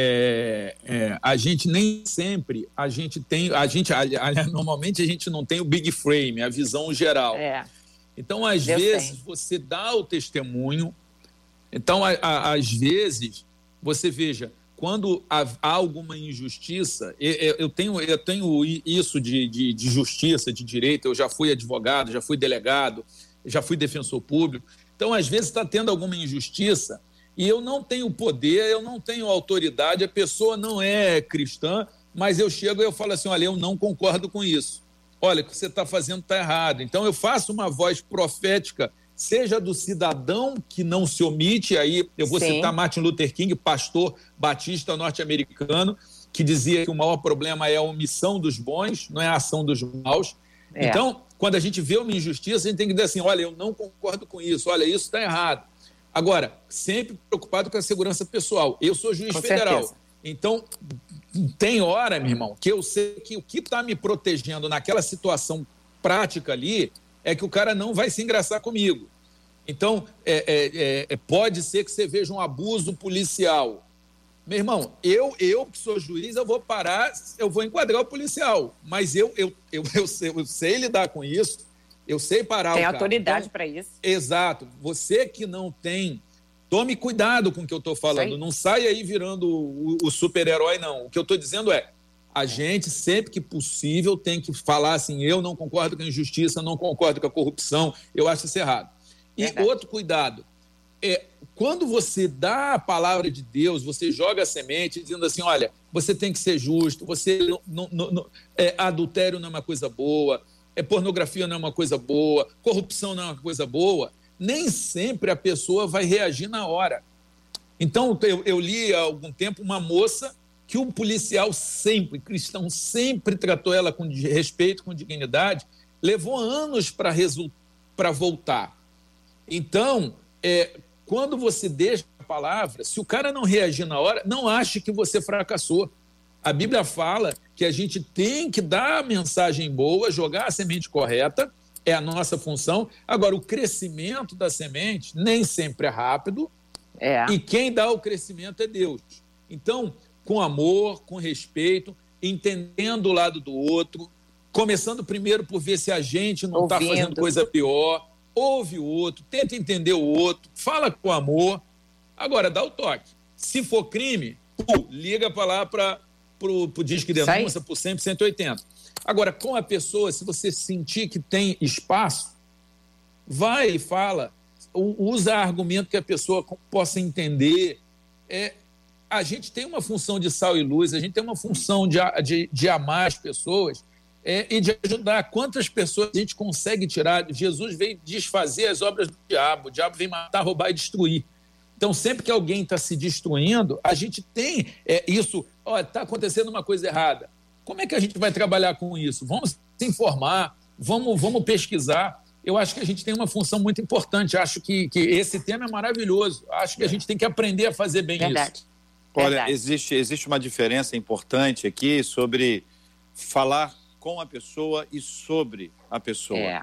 É, é, a gente nem sempre, a gente tem... A gente, aliás, normalmente a gente não tem o big frame, a visão geral. É. Então, às Deus vezes, tem. Você dá o testemunho. Então, a, a, às vezes, você veja... Quando há alguma injustiça, eu tenho, eu tenho isso de, de, de justiça, de direito, eu já fui advogado, já fui delegado, já fui defensor público. Então, às vezes, está tendo alguma injustiça e eu não tenho poder, eu não tenho autoridade, a pessoa não é cristã, mas eu chego e eu falo assim, olha, eu não concordo com isso. Olha, o que você está fazendo está errado. Então, eu faço uma voz profética seja do cidadão que não se omite, aí eu vou Sim. citar Martin Luther King, pastor batista norte-americano, que dizia que o maior problema é a omissão dos bons, não é a ação dos maus. É. Então, quando a gente vê uma injustiça, a gente tem que dizer assim, olha, eu não concordo com isso, olha, isso está errado. Agora, sempre preocupado com a segurança pessoal. Eu sou juiz com federal, certeza. Então, tem hora, meu irmão, que eu sei que o que está me protegendo naquela situação prática ali é que o cara não vai se engraçar comigo. Então, é, é, é, pode ser que você veja um abuso policial. Meu irmão, eu, eu que sou juiz, eu vou parar, eu vou enquadrar o policial, mas eu, eu, eu, eu, sei, eu sei lidar com isso, eu sei parar tem o cara. Tem autoridade então, para isso. Exato. Você que não tem, tome cuidado com o que eu estou falando, não saia aí virando o, o super-herói, não. O que eu estou dizendo é, a gente, sempre que possível, tem que falar assim, eu não concordo com a injustiça, não concordo com a corrupção, eu acho isso errado. E Verdade. Outro cuidado, é, quando você dá a palavra de Deus, você joga a semente dizendo assim, olha, você tem que ser justo, você não, não, não, é, adultério não é uma coisa boa, é, pornografia não é uma coisa boa, corrupção não é uma coisa boa, nem sempre a pessoa vai reagir na hora. Então, eu, eu li há algum tempo uma moça que o policial sempre, cristão, sempre tratou ela com respeito, com dignidade, levou anos para resu- para voltar. Então, é, quando você deixa a palavra, se o cara não reagir na hora, não ache que você fracassou. A Bíblia fala que a gente tem que dar a mensagem boa, jogar a semente correta, é a nossa função. Agora, o crescimento da semente nem sempre é rápido, é. E quem dá o crescimento é Deus. Então, com amor, com respeito, entendendo o lado do outro, começando primeiro por ver se a gente não está fazendo coisa pior, ouve o outro, tenta entender o outro, fala com amor. Agora, dá o toque. Se for crime, pô, liga para lá para o Disque Denúncia, por cem, cento e oitenta. Agora, com a pessoa, se você sentir que tem espaço, vai e fala, usa argumento que a pessoa possa entender. É, a gente tem uma função de sal e luz, a gente tem uma função de, de, de amar as pessoas é, e de ajudar. Quantas pessoas a gente consegue tirar? Jesus veio desfazer as obras do diabo, o diabo vem matar, roubar e destruir. Então, sempre que alguém está se destruindo, a gente tem é, isso, está acontecendo uma coisa errada. Como é que a gente vai trabalhar com isso? Vamos se informar, vamos, vamos pesquisar. Eu acho que a gente tem uma função muito importante. Acho que, que esse tema é maravilhoso. Acho que a gente tem que aprender a fazer bem Verdade. Isso. Olha, existe, existe uma diferença importante aqui sobre falar com a pessoa e sobre a pessoa. É,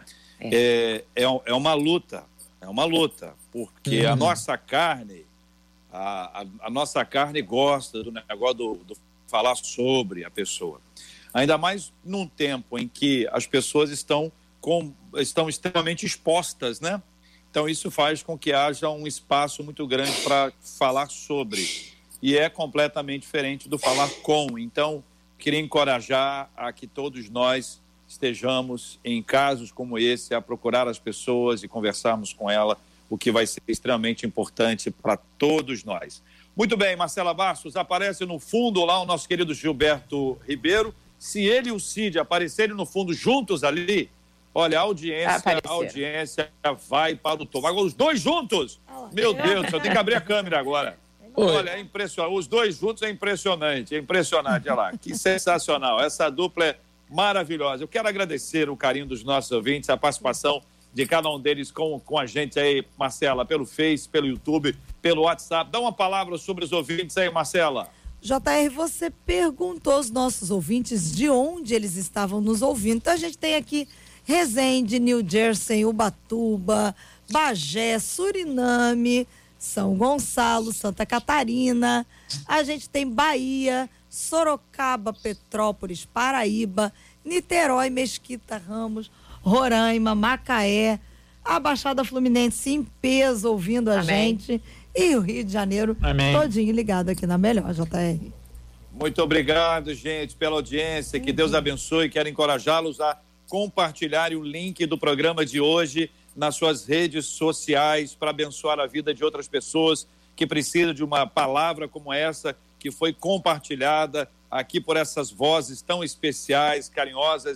é. é, é uma luta, é uma luta, porque uhum. a nossa carne, a, a, a nossa carne gosta do negócio do, do falar sobre a pessoa. Ainda mais num tempo em que as pessoas estão, com, estão extremamente expostas, né? Então, isso faz com que haja um espaço muito grande para falar sobre. E é completamente diferente do falar com. Então, queria encorajar a que todos nós estejamos em casos como esse, a procurar as pessoas e conversarmos com ela, o que vai ser extremamente importante para todos nós. Muito bem, Marcela Bastos, aparece no fundo lá o nosso querido Gilberto Ribeiro. Se ele e o Cid aparecerem no fundo juntos ali, olha, a audiência, a audiência vai para o topo. Agora, os dois juntos, meu Deus, eu tenho que abrir a câmera agora. Olha, é impressionante. Os dois juntos é impressionante, é impressionante. Olha lá, que sensacional. Essa dupla é maravilhosa. Eu quero agradecer o carinho dos nossos ouvintes, a participação de cada um deles com, com a gente aí, Marcela, pelo Face, pelo YouTube, pelo WhatsApp. Dá uma palavra sobre os ouvintes aí, Marcela. J R, você perguntou aos nossos ouvintes de onde eles estavam nos ouvindo. Então a gente tem aqui Resende, New Jersey, Ubatuba, Bagé, Suriname, São Gonçalo, Santa Catarina, a gente tem Bahia, Sorocaba, Petrópolis, Paraíba, Niterói, Mesquita, Ramos, Roraima, Macaé, a Baixada Fluminense em peso ouvindo a Amém. gente e o Rio de Janeiro Amém. todinho ligado aqui na melhor, J R. Muito obrigado, gente, pela audiência, que Deus abençoe. Quero encorajá-los a compartilharem o link do programa de hoje nas suas redes sociais para abençoar a vida de outras pessoas que precisam de uma palavra como essa que foi compartilhada aqui por essas vozes tão especiais, carinhosas e,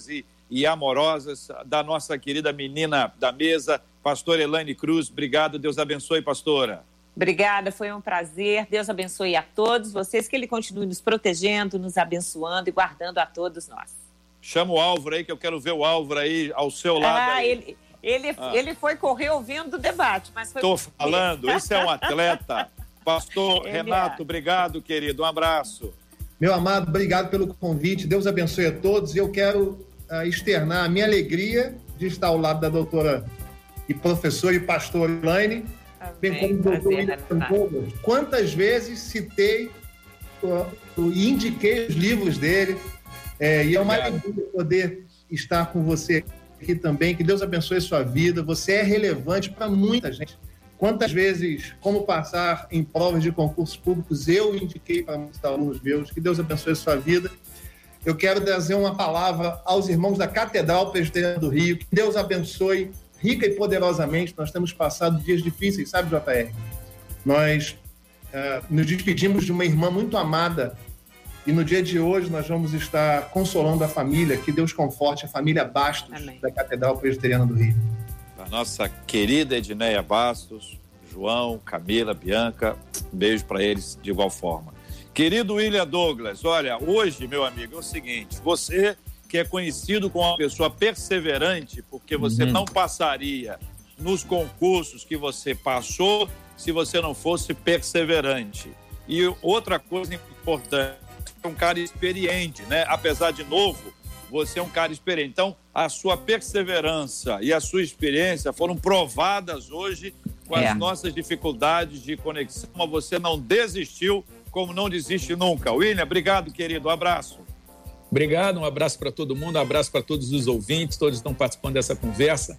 e amorosas da nossa querida menina da mesa, pastora Elaine Cruz. Obrigado, Deus abençoe, pastora. Obrigada, foi um prazer. Deus abençoe a todos vocês, que Ele continue nos protegendo, nos abençoando e guardando a todos nós. Chama o Álvaro aí, que eu quero ver o Álvaro aí ao seu lado. Ah, aí. ele, ele, ah. ele foi correr ouvindo o debate, mas foi... Estou falando, esse é um atleta. Pastor ele Renato, é. obrigado, querido, um abraço. Meu amado, obrigado pelo convite, Deus abençoe a todos. Eu quero uh, externar a minha alegria de estar ao lado da doutora e professora e pastora Elaine, bem como o doutor William Douglas. Quantas vezes citei uh, e indiquei os livros dele, é, e é uma alegria poder estar com você aqui também. Que Deus abençoe a sua vida. Você é relevante para muita gente. Quantas vezes, como passar em provas de concursos públicos, eu indiquei para muitos alunos meus. Que Deus abençoe a sua vida. Eu quero trazer uma palavra aos irmãos da Catedral Presbiteriana do Rio. Que Deus abençoe rica e poderosamente. Nós temos passado dias difíceis, sabe, J R? Nós uh, nos despedimos de uma irmã muito amada. E no dia de hoje nós vamos estar consolando a família. Que Deus conforte a família Bastos, Amém. Da Catedral Presbiteriana do Rio. A nossa querida Edneia Bastos, João, Camila, Bianca, um beijo para eles de igual forma. Querido William Douglas, olha, hoje, meu amigo, é o seguinte, você que é conhecido como uma pessoa perseverante, porque você uhum. não passaria nos concursos que você passou se você não fosse perseverante. E outra coisa importante, é um cara experiente, né? Apesar de novo, você é um cara experiente. Então, a sua perseverança e a sua experiência foram provadas hoje com é. as nossas dificuldades de conexão, mas você não desistiu, como não desiste nunca. William, obrigado, querido. Um abraço. Obrigado, um abraço para todo mundo, um abraço para todos os ouvintes, todos estão participando dessa conversa.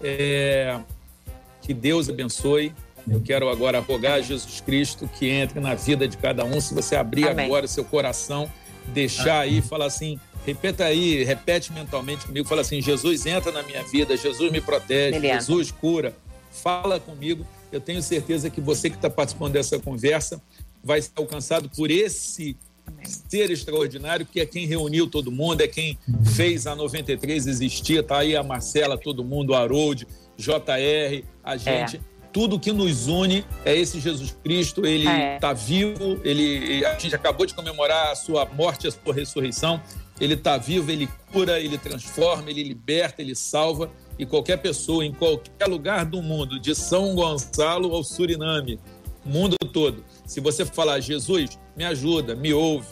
É... Que Deus abençoe. Eu quero agora rogar a Jesus Cristo que entre na vida de cada um. Se você abrir Amém. Agora o seu coração, deixar aí e falar assim, repita aí, repete mentalmente comigo, fala assim, Jesus entra na minha vida, Jesus me protege, Ele Jesus entra. Cura, fala comigo. Eu tenho certeza que você que está participando dessa conversa vai ser alcançado por esse Amém. Ser extraordinário, que é quem reuniu todo mundo, é quem fez a noventa e três existir. Tá aí a Marcela, todo mundo, o Harold, J R, a gente... É. Tudo que nos une é esse Jesus Cristo, ele está é. vivo, ele, a gente acabou de comemorar a sua morte, a sua ressurreição, ele está vivo, ele cura, ele transforma, ele liberta, ele salva, e qualquer pessoa, em qualquer lugar do mundo, de São Gonçalo ao Suriname, mundo todo, se você falar, Jesus, me ajuda, me ouve,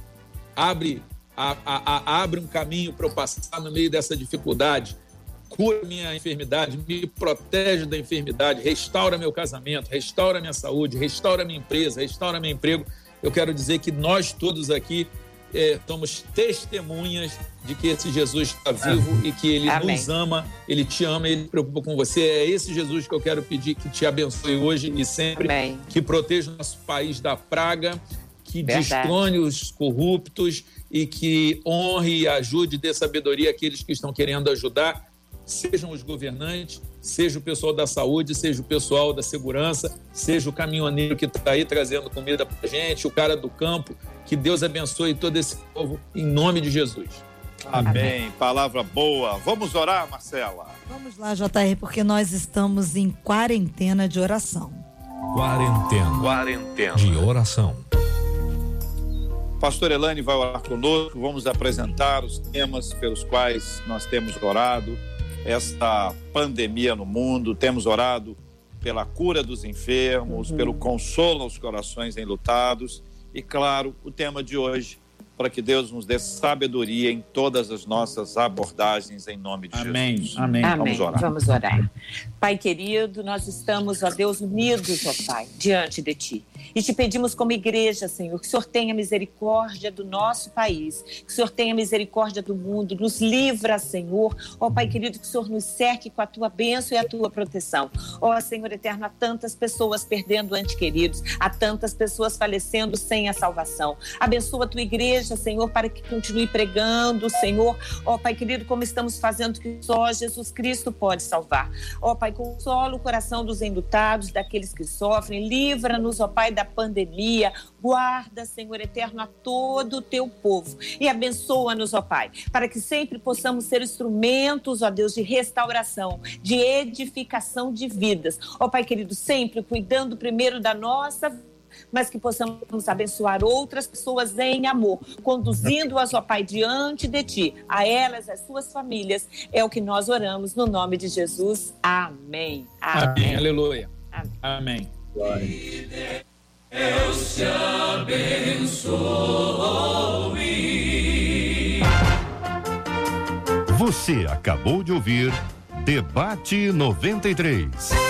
abre, a, a, a, abre um caminho para eu passar no meio dessa dificuldade, cura minha enfermidade, me protege da enfermidade, restaura meu casamento, restaura minha saúde, restaura minha empresa, restaura meu emprego. Eu quero dizer que nós todos aqui é, somos testemunhas de que esse Jesus está vivo Amém. E que Ele Amém. Nos ama, Ele te ama, Ele se preocupa com você. É esse Jesus que eu quero pedir que te abençoe hoje e sempre, Amém. Que proteja o nosso país da praga, que Verdade. Destrone os corruptos e que honre e ajude, dê sabedoria àqueles que estão querendo ajudar. Sejam os governantes, seja o pessoal da saúde, seja o pessoal da segurança, seja o caminhoneiro que está aí trazendo comida para a gente, o cara do campo. Que Deus abençoe todo esse povo, em nome de Jesus. Amém. Amém. Palavra boa. Vamos orar, Marcela? Vamos lá, J R, porque nós estamos em quarentena de oração. Quarentena. Quarentena de oração. Pastor Elaine vai orar conosco. Vamos apresentar os temas pelos quais nós temos orado. Esta pandemia no mundo, temos orado pela cura dos enfermos, uhum. pelo consolo aos corações enlutados e, claro, o tema de hoje, para que Deus nos dê sabedoria em todas as nossas abordagens, em nome de Amém. Jesus. Amém. Amém. Vamos orar. Vamos orar. Pai querido, nós estamos, ó Deus, unidos, ó Pai, diante de Ti. E te pedimos como igreja, Senhor, que o Senhor tenha misericórdia do nosso país, que o Senhor tenha misericórdia do mundo, nos livra, Senhor. Ó Pai querido, que o Senhor nos cerque com a Tua bênção e a Tua proteção. Ó Senhor eterno, há tantas pessoas perdendo entes queridos, há tantas pessoas falecendo sem a salvação. Abençoa a Tua igreja, brecha, Senhor, para que continue pregando, Senhor. Ó Pai querido, como estamos fazendo, que só Jesus Cristo pode salvar. Ó Pai, consola o coração dos enlutados, daqueles que sofrem. Livra-nos, ó Pai, da pandemia. Guarda, Senhor eterno, a todo o teu povo. E abençoa-nos, ó Pai, para que sempre possamos ser instrumentos, ó Deus, de restauração, de edificação de vidas. Ó Pai querido, sempre cuidando primeiro da nossa vida, mas que possamos abençoar outras pessoas em amor, conduzindo-as, ó Pai, diante de Ti, a elas, as suas famílias. É o que nós oramos no nome de Jesus. Amém. Amém. Amém. Aleluia. Amém. Amém. Que Deus te abençoe. Você acabou de ouvir Debate noventa e três.